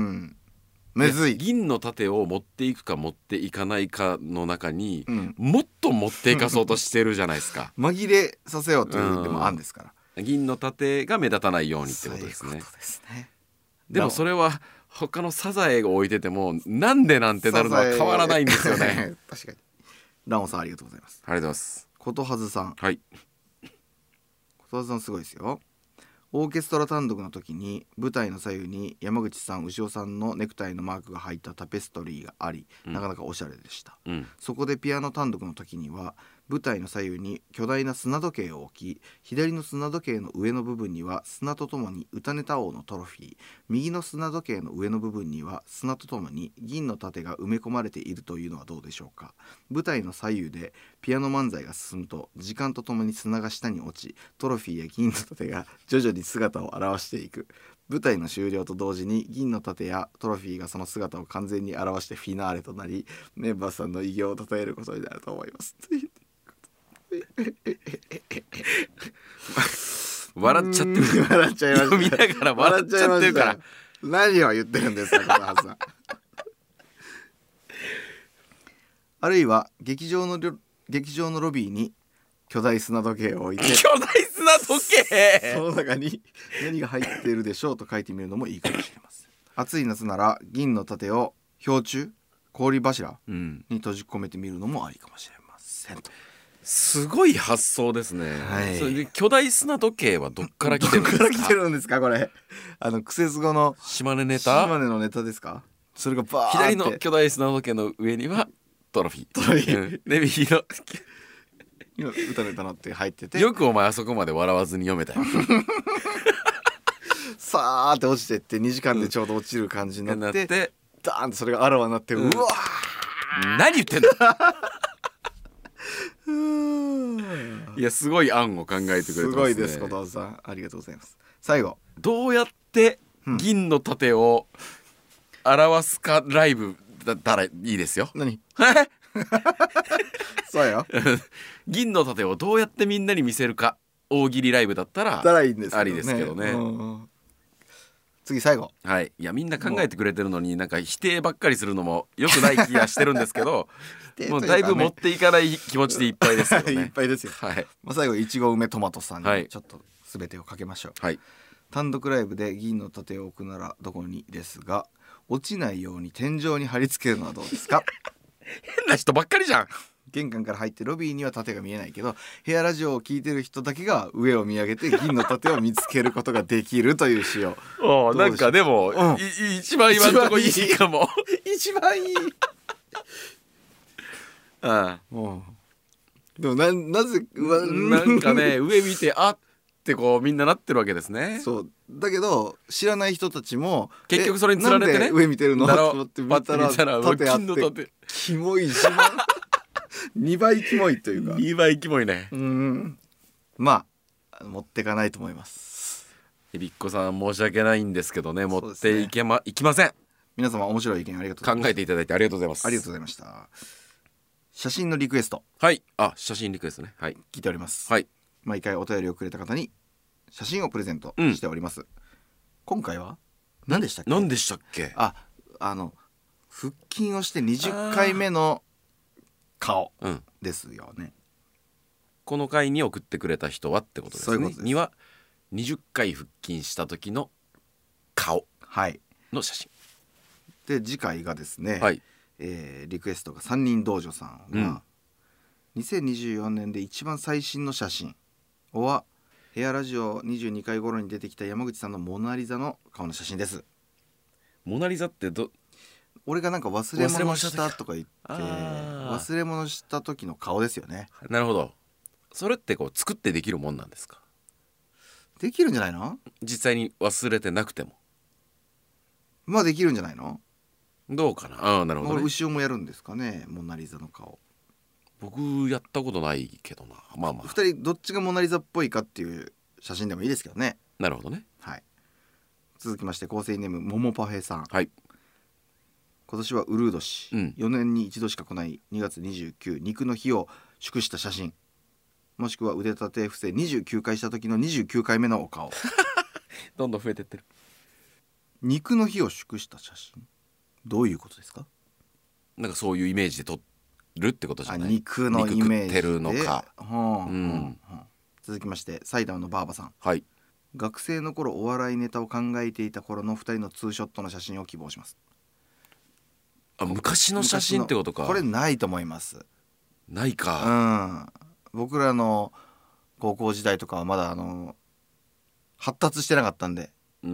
うーんむずい。 銀の盾を持っていくか持っていかないかの中に、うん、もっと持っていかそうとしてるじゃないですか紛れさせようというでもあるんですから、 うん、銀の盾が目立たないようにってことですね。そういうことですね。でもそれは他のサザエを置いててもなんでなんてなるのは変わらないんですよね確かにラオンさんありがとうございます。 ありがとうございます。 ことはずさん、 はい。 ことはずさんすごいですよ。オーケストラ単独の時に舞台の左右に山口さん牛尾さんのネクタイのマークが入ったタペストリーがあり、うん、なかなかおしゃれでした、うん、そこでピアノ単独の時には舞台の左右に巨大な砂時計を置き、左の砂時計の上の部分には砂とともに歌ネタ王のトロフィー、右の砂時計の上の部分には砂とともに銀の盾が埋め込まれているというのはどうでしょうか。舞台の左右でピアノ漫才が進むと時間とともに砂が下に落ち、トロフィーや銀の盾が徐々に姿を現していく。舞台の終了と同時に銀の盾やトロフィーがその姿を完全に表してフィナーレとなり、メンバーさんの偉業を称えることになると思います笑っちゃってる。 笑っちゃいました。 読みながら笑っちゃってるから。 何を言ってるんですか、このはずさん。あるいは劇場の劇場のロビーに巨大砂時計を置いて、 巨大砂時計その中に何が入っているでしょうと書いてみるのもいいかもしれません。暑い夏なら銀の盾を氷柱氷柱に閉じ込めてみるのもありかもしれません、うん、 すごい発想ですね、 はい、 それで巨大砂時計はどっから来てるんですか。 どっから来てるんですかこれ。あのクセスゴの島根ネタ、 島根のネタですか。それがバーって左の巨大砂時計の上にはトロフィー、トロフィー、うん、で右の今歌ネタのって入ってて、 よくお前あそこまで笑わずに読めたよさーって落ちてってにじかんでちょうど落ちる感じになって、うん、ダーンってそれがあらわになって、うん、うわー何言ってんだいやすごい案を考えてくれてますね。 すごいです、ことわざさんありがとうございます。最後、 どうやって銀の盾を表すかライブだったらいいですよ。 何そうよ銀の盾をどうやってみんなに見せるか大喜利ライブだったらありですけどね。 次最後、 はい、いやみんな考えてくれてるのになんか否定ばっかりするのもよくない気がしてるんですけどもうだいぶ持っていかない気持ちでいっぱいですよねいっぱいですよ、はい。まあ、最後いちご梅トマトさんにちょっと全てをかけましょう、 はい、 単独ライブで銀の盾を置くならどこにですが、落ちないように天井に貼り付けるのはどうですか変な人ばっかりじゃん。 玄関から入ってロビーには盾が見えないけど、ヘアラジオを聞いてる人だけが上を見上げて銀の盾を見つけることができるという仕様おなんかでも、うん、い一番今のとこいいかも一番いいああ、うん、でも な, なぜなんかね上見てあってこうみんななってるわけですね。 そうだけど知らない人たちも結局それにつられてね、 上見てるのと思って見たら盾あってキモいしにばいキモいというかにばいキモいね。 うん、まあ持ってかないと思います。 ひびっこさん申し訳ないんですけどね、持っていけま、いきません。 皆様面白い意見ありがとうございます。 考えていただいてありがとうございます。 ありがとうございました。写真のリクエスト、 はい、あ写真リクエストね、はい、 聞いております、 はい、 毎回お便りをくれた方に写真をプレゼントしております、うん、今回は何でしたっけ何でしたっけああの腹筋をしてにじゅっかいめの顔ですよね、うん、 この回に送ってくれた人はってことですね。 そういうことです。 にはにじゅっかい腹筋した時の顔の写真、 はい、で次回がですね、 はい、 えー、リクエストが三人道場さんが、うん、にせんにじゅうよねんで一番最新の写真はヘアラジオにじゅうにかい頃に出てきた山口さんのモナリザの顔の写真です。 モナリザってど俺がなんか忘れ物したとか言って忘れ物した時の顔ですよね。 なるほど。それってこう作ってできるもんなんですか。 できるんじゃないの。 実際に忘れてなくてもまあできるんじゃないの。 どうかな。ああなるほど、ね、 後ろもやるんですかねモナリザの顔。 僕やったことないけどな。まあまあふたりどっちがモナリザっぽいかっていう写真でもいいですけどね。 なるほどね。 はい。続きまして構成ネームももパフェさん、 はい、 今年はウルー年、 うん、 よねんに一度しか来ないにがつにじゅうく肉の日を祝した写真、もしくは腕立て伏せにじゅうきゅうかいした時のにじゅうきゅうかいめのお顔どんどん増えてってる。 肉の日を祝した写真どういうことですか。 なんかそういうイメージで撮るってことじゃない。 肉のイメージで肉食ってるのか、 はあうんうん、続きましてサイダーのバーバさん、 はい、 学生の頃お笑いネタを考えていた頃のふたりのツーショットの写真を希望します。 あ昔の写真ってことか。 これないと思います。 ないか。 うん、僕らの高校時代とかはまだあの発達してなかったんで、うん、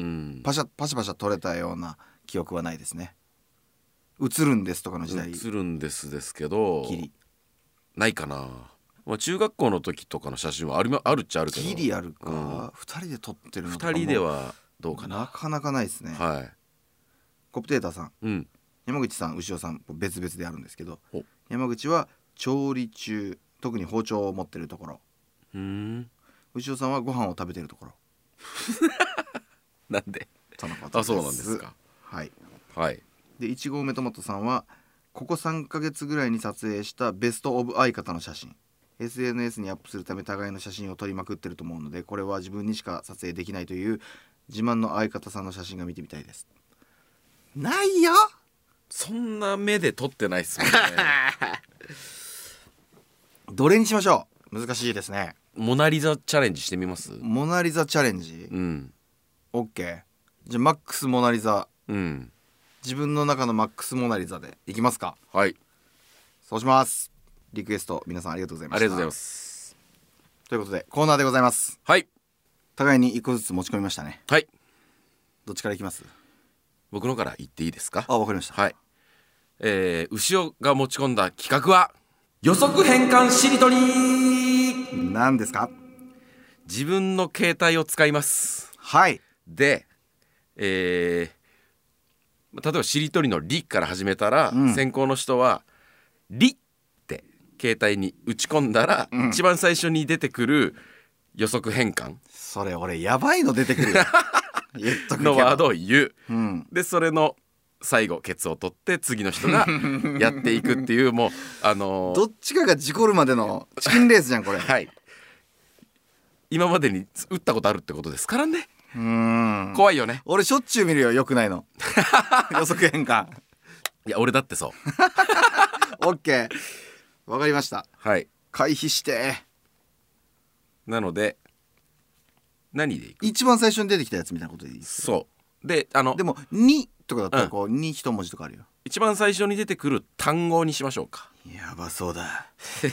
パシャパシャパシャ取れたような記憶はないですね。映るんですとかの時代。 映るんですですけどギリないかな。まあ、中学校の時とかの写真はある、あるっちゃあるけどギリあるか、うん、ふたりで撮ってるのとかもふたりではどうかな。 なかなかないですね。 はい。 コプテーターさん、うん、山口さん牛尾さん別々であるんですけど、山口は調理中、特に包丁を持ってるところ、うん、牛尾さんはご飯を食べてるところなんでそのことです。 あ、そうなんですか。 はい、 はい、 でいち号目トマトさんはここさんかげつぐらいに撮影したベストオブ相方の写真、 エスエヌエス にアップするため互いの写真を撮りまくってると思うので、これは自分にしか撮影できないという自慢の相方さんの写真が見てみたいです。ないよ、 そんな目で撮ってないっすもんねどれにしましょう。難しいですね。 モナリザチャレンジしてみます。 モナリザチャレンジ、うん、オッケー。じゃあマックスモナリザ、うん、自分の中のマックスモナリザでいきますか。 はい、 そうします。リクエスト皆さんありがとうございました。 ありがとうございます。 ということでコーナーでございます。 はい、 互いにいっこずつ持ち込みましたね。 はい、 どっちからいきます。 僕のから言っていいですか。 あ、わかりました。 はい、えー、牛尾が持ち込んだ企画は予測変換しりとり。 何ですか。 自分の携帯を使います。 はい。 で、えー、例えばしりとりのりから始めたら、うん、先行の人はりって携帯に打ち込んだら、うん、一番最初に出てくる予測変換、 それ俺やばいの出てくるよ言っとくけどのワードを言う、うん、でそれの最後ケツを取って次の人がやっていくっていうもうあのー、 どっちかが事故るまでのチキンレースじゃんこれはい、今までに打ったことあるってことですからね。うーん、怖いよね。 俺しょっちゅう見るよ、よくないの予測変換。 いや俺だってそうオッケー、わかりました。 はい、 回避して。 なので何でいく。 一番最初に出てきたやつみたいなことでいいですか。 そうで、あのでもにとかだったらこう、うん、に一文字とかあるよ。 一番最初に出てくる単語にしましょうか。 やばそうだ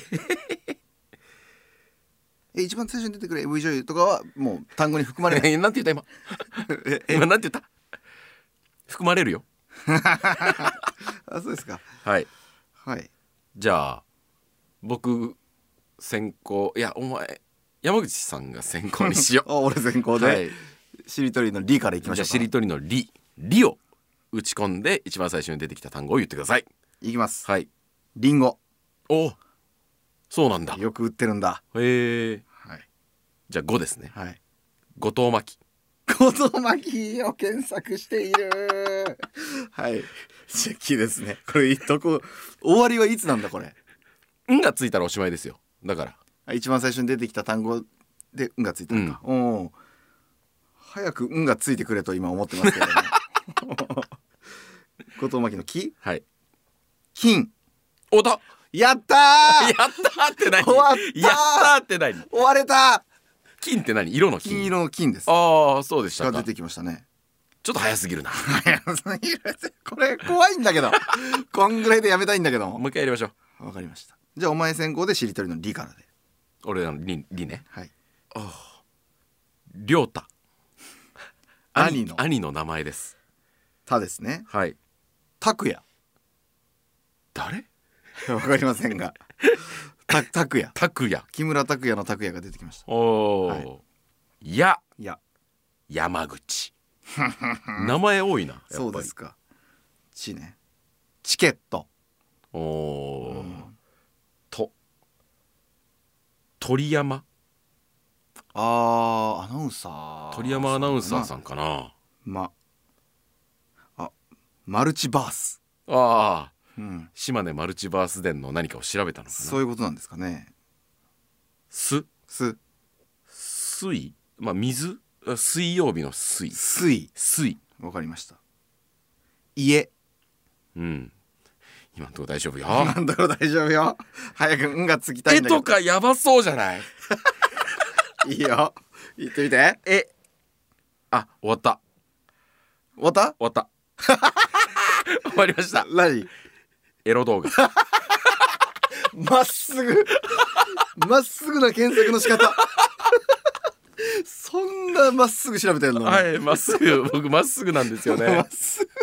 え、一番最初に出てくる エーブイ 女優とかはもう単語に含まれないなんて言った今今なんて言った。含まれるよあ、そうですか。 はいはい、 じゃあ僕先行、いやお前山口さんが先行にしようあ、俺先行で、はい、しりとりのりからいきましょうか。 じゃあしりとりのりりを打ち込んで一番最初に出てきた単語を言ってください。 いきます。 はい、 りんご。 お、そうなんだ。 よく売ってるんだ。 へえ、はい、じゃあごですね。 はい、 後藤巻き。 後藤巻きを検索しているはい、チェキですね。これどこ終わりはいつなんだこれ。 んがついたらおしまいですよ。だから一番最初に出てきた単語でんがついたのか、うん、お早くんがついてくれと今思ってますけどね後藤巻きの木、 はい、 金。 おだ、 やったーやったーって何。 終わったー、 やったーって何。 終われた。 金って何。色の金。 金色の金です。 ああ、そうでしたか。 が出てきましたね。 ちょっと早すぎるな。 早すぎる。これ怖いんだけどこんぐらいでやめたいんだけど。 もう一回やりましょう。わかりました。じゃあお前先行でしりとりのりからで。 俺らのり、りね。 はい。 ああ、りょうた。 兄の兄の名前です。 たですね。 はい。 たくや。 誰わかりませんがた、たくや。 たくや。 木村拓哉のたくやが出てきました。 おお、はい、やや山口名前多いな。 そうですか。ちね。チケット。 おお、うん、と鳥山。 あー、アナウンサー。 鳥山アナウンサーさんかな。 まあマルチバース。 ああ、うん、島根マルチバース伝の何かを調べたのかな。 そういうことなんですかね。 すす水、まあ水、水曜日の水。 水水。 わかりました。家。 うん。今のところ大丈夫よ。 今のところ大丈夫よ。早くんがつきたいんだけど。 絵とかやばそうじゃないいいよ、言ってみて。 え、あ、終わった。 終わった終わった終わりました。 何。 エロ動画まっすぐまっすぐな検索の仕方そんなまっすぐ調べてんの？ はい、まっすぐ僕まっすぐなんですよねまっすぐ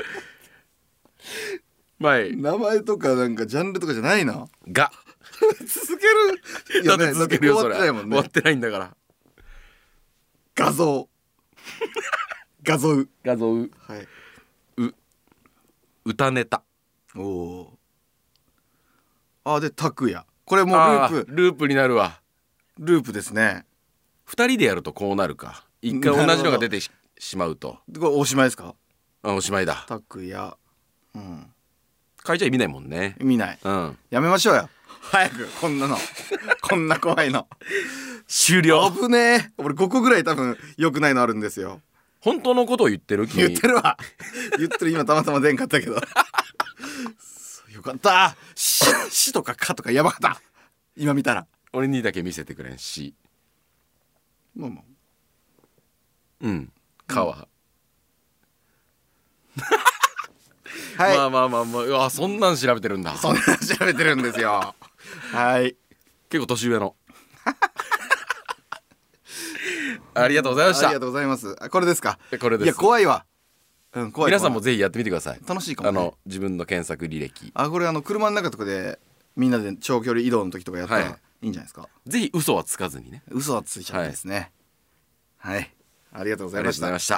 はい、 名前とかなんかジャンルとかじゃないな。 が続けるいや、ね、 だって続けるよそれ。 終わってないもんね。 終わってないんだから。 画像画像画像、はい、う歌ネタ。 おお。あで拓也、これもうループループになるわ。 ループですね。 二人でやるとこうなるか。一回同じのが出て し, しまうとこれおしまいですか？ あ、おしまいだ。 拓也、うん、 会社見ないもんね。 見ない、 うん、 やめましょうよ早くこんなのこんな怖いの終了。 危ねえ。俺ごこぐらい多分良くないのあるんですよ。 本当のことを言ってる？君言ってるわ言ってる。今たまたま出んかったけどよかった。ししとかかとかやばかった今見たら。 俺にだけ見せてくれんし。 まあまあうんかは、 うんはい、 まあまあまあまあ、うわそんなん調べてるんだ。 そんなん調べてるんですよはい結構年上のありがとうございました。 ありがとうございます。これですか？ これです。 いや怖いわ、うん、怖い。 皆さんもぜひやってみてください。 楽しいかも、ね、 あの自分の検索履歴。 あこれあの車の中とかでみんなで長距離移動の時とかやったら、はい、いいんじゃないですか。 ぜひ嘘はつかずにね。 嘘はついちゃうんですね。はい、はい、ありがとうございました。 ありがとうございました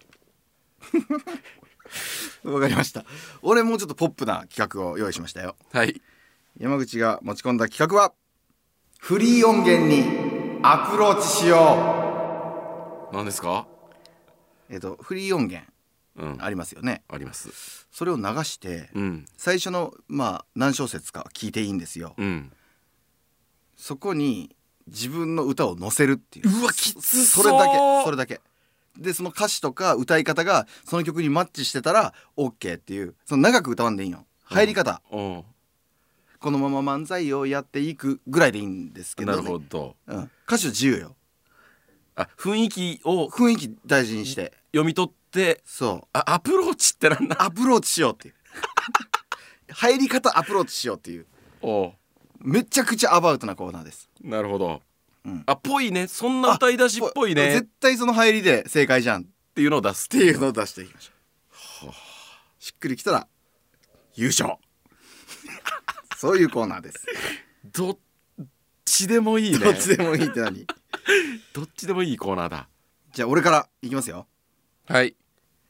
わかりました。俺もうちょっとポップな企画を用意しましたよ。 はい。 山口が持ち込んだ企画はフリー音源にアプローチしよう。何ですか？ えっとフリー音源、うん、ありますよね。 あります。 それを流して、 うん、 最初のまあ何小節か聞いていいんですよ、 うん、 そこに自分の歌を載せるっていう。 うわきつそう。 それだけそれだけで、その歌詞とか歌い方がその曲にマッチしてたら OK っていう。その長く歌わんでいいの。入り方、うん、このまま漫才をやっていくぐらいでいいんですけど、ね、 なるほど、 うん、歌詞は自由よ。 あ雰囲気を雰囲気大事にして読み取って、 そうあアプローチってなんだ。 アプローチしようっていう入り方アプローチしようっていう。 おめちゃくちゃアバウトなコーナーです。 なるほど、 うん、 あぽいね。そんな歌い出しっぽいね。 絶対その入りで正解じゃんっていうのを出すっていうのを出していきましょう、はあ、しっくりきたら優勝そういうコーナーです。 どっちでもいいね。 どっちでもいいって何どっちでもいいコーナーだ。 じゃあ俺からいきますよ。 はい。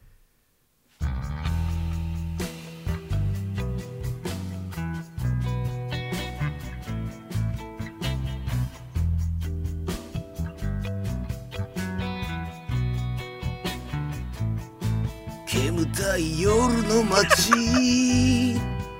煙たい夜の街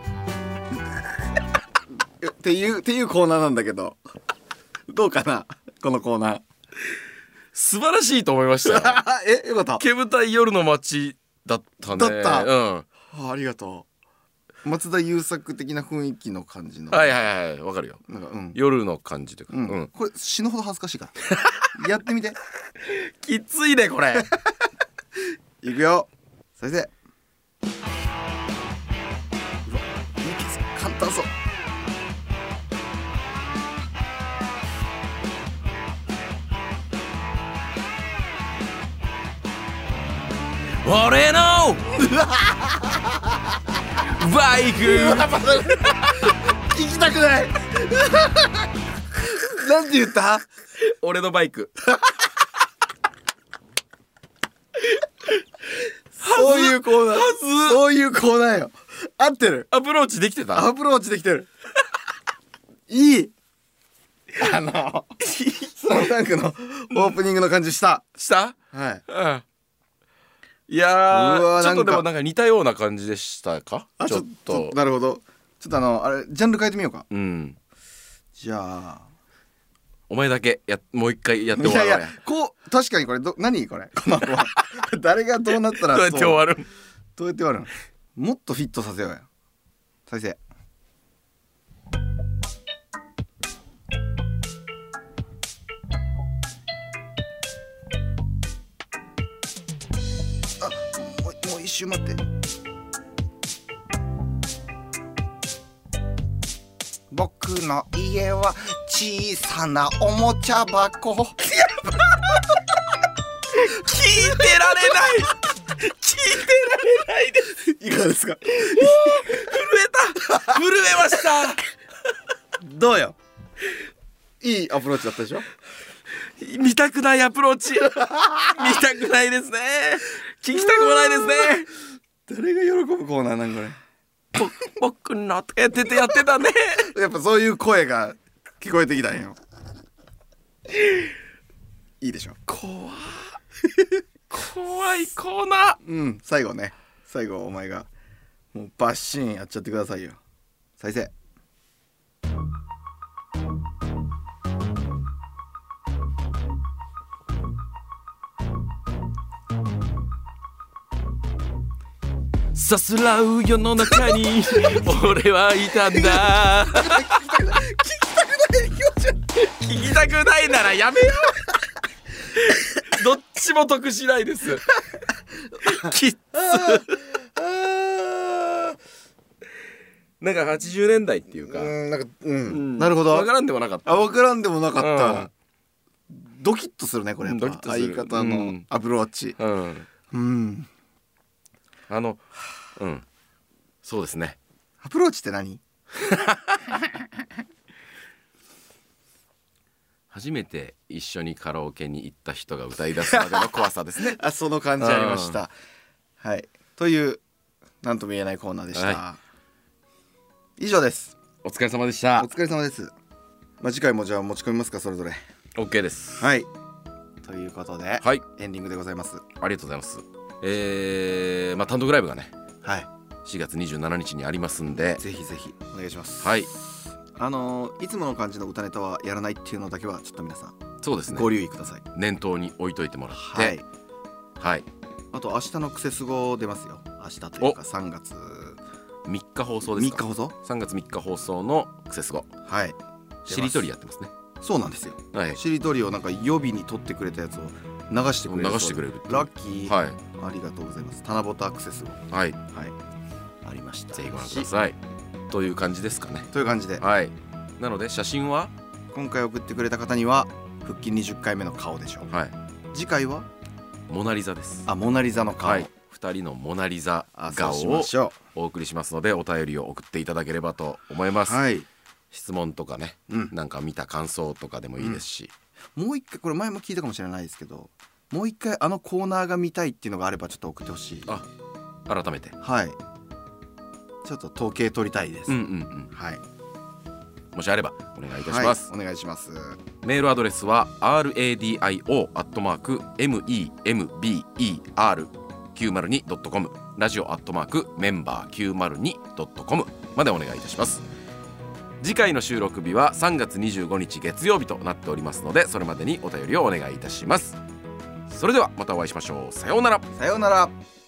っていうっていうコーナーなんだけど、どうかなこのコーナー。 素晴らしいと思いましたよえよかった。 煙たい夜の街だったね。 だった、 うん、 あ, ありがとう。松田優作的な雰囲気の感じの。 はいはいはいわかるよ。なんか、うん、夜の感じというか、 うんうん、これ死ぬほど恥ずかしいからやってみてきついねこれいくよ先生。うわいいです簡単そう。 俺のバイク行きたくないなんて言った？ 俺のバイクそういうコーナー。そういうコーナーよ。合ってる。 アプローチできてた。 アプローチできてるいいあのスラムダンクのオープニングの感じしたしたはい、 うん、いやーちょっとでもなんか似たような感じでしたか。 あちょっとなるほど。ちょっとあのあれジャンル変えてみようか。 うんじゃあお前だけやもう一回やってもらおう。 いやいやこう確かにこれど何これこの子は誰がどうなったらどうやって終わるどうやって終わるの。もっとフィットさせようよ再生。あもうもう一周待って。 僕の家は小さなおもちゃ箱。聞いてられない聞いてられないです。 いかがですか？震えた震えましたどうよ、いいアプローチだったでしょ？ 見たくないアプローチ見たくないですね。聞きたくもないですね。 誰が喜ぶコーナーなんこれ。 僕のとかやっててやってたね。 やっぱそういう声が聞こえてきたんよ。いいでしょ。 怖怖いコーナー。 うん、最後ね、最後お前がもうバッシンやっちゃってくださいよ。再生。 さすらう世の中に俺はいたんだ。聞きたくないならやめよう。どっちも得しないです。きっつなんかはちじゅうねんだいっていうか、 うんなんか、うんうん、なるほど。 わからんでもなかった。 あ、わからんでもなかった、うん、ドキッとするねこれ。やっぱ相方のアプローチ、うん、うん、 あのうんそうですね。 アプローチって何？ 初めて一緒にカラオケに行った人が歌い出すまでの怖さですね。 あ、その感じありました、うん、はい、というなんとも言えないコーナーでした、はい、以上です。 お疲れ様でした。 お疲れ様です。まあ、次回もじゃあ持ち込みますか、それぞれ。 OK です。 はい、ということで、はい、エンディングでございます。 ありがとうございます。えー、まあ単独ライブがね、 はい、 しがつにじゅうしちにちにありますんで、 ぜひぜひお願いします。 はい、 あのー、いつもの感じの歌ネタはやらないっていうのだけはちょっと皆さんそうですね、 ご留意ください。 念頭に置いといてもらって、はい、はい、 あと明日のクセスゴ出ますよ。明日というかさんがつみっか放送ですか。 みっか放送、 さんがつみっか放送のクセスゴ、はい、しりとりやってますね。 そうなんですよ、はい、しりとりをなんか予備に取ってくれたやつを流してくれる。 流してくれる。 ラッキー、はい、ありがとうございます。七夕アクセスゴ、はい、はい、ありました。 ぜひご覧くださいという感じですかね。 という感じで、 はい、なので写真は今回送ってくれた方には復帰にじゅっかいめの顔でしょう、はい、次回はモナリザです。 あ、モナリザの顔、はい、 ふたりのモナリザ顔をお送りしますので、お便りを送っていただければと思います、はい、質問とかね、うん、なんか見た感想とかでもいいですし、 うん、もう一回、これ前も聞いたかもしれないですけど、もう一回あのコーナーが見たいっていうのがあればちょっと送ってほしい。 あ、改めて、はい、 ちょっと統計取りたいです。 うんうんうん、はい、もしあればお願いいたします、 はい、お願いします。 メールアドレスは ラディオ アットマーク メンバーきゅうまるにドットコム ラジオアットマークメンバーきゅうまるにドットコム までお願いいたします。次回の収録日はさんがつにじゅうごにち月曜日となっておりますので、それまでにお便りをお願いいたします。それではまたお会いしましょう。さようなら。 さようなら。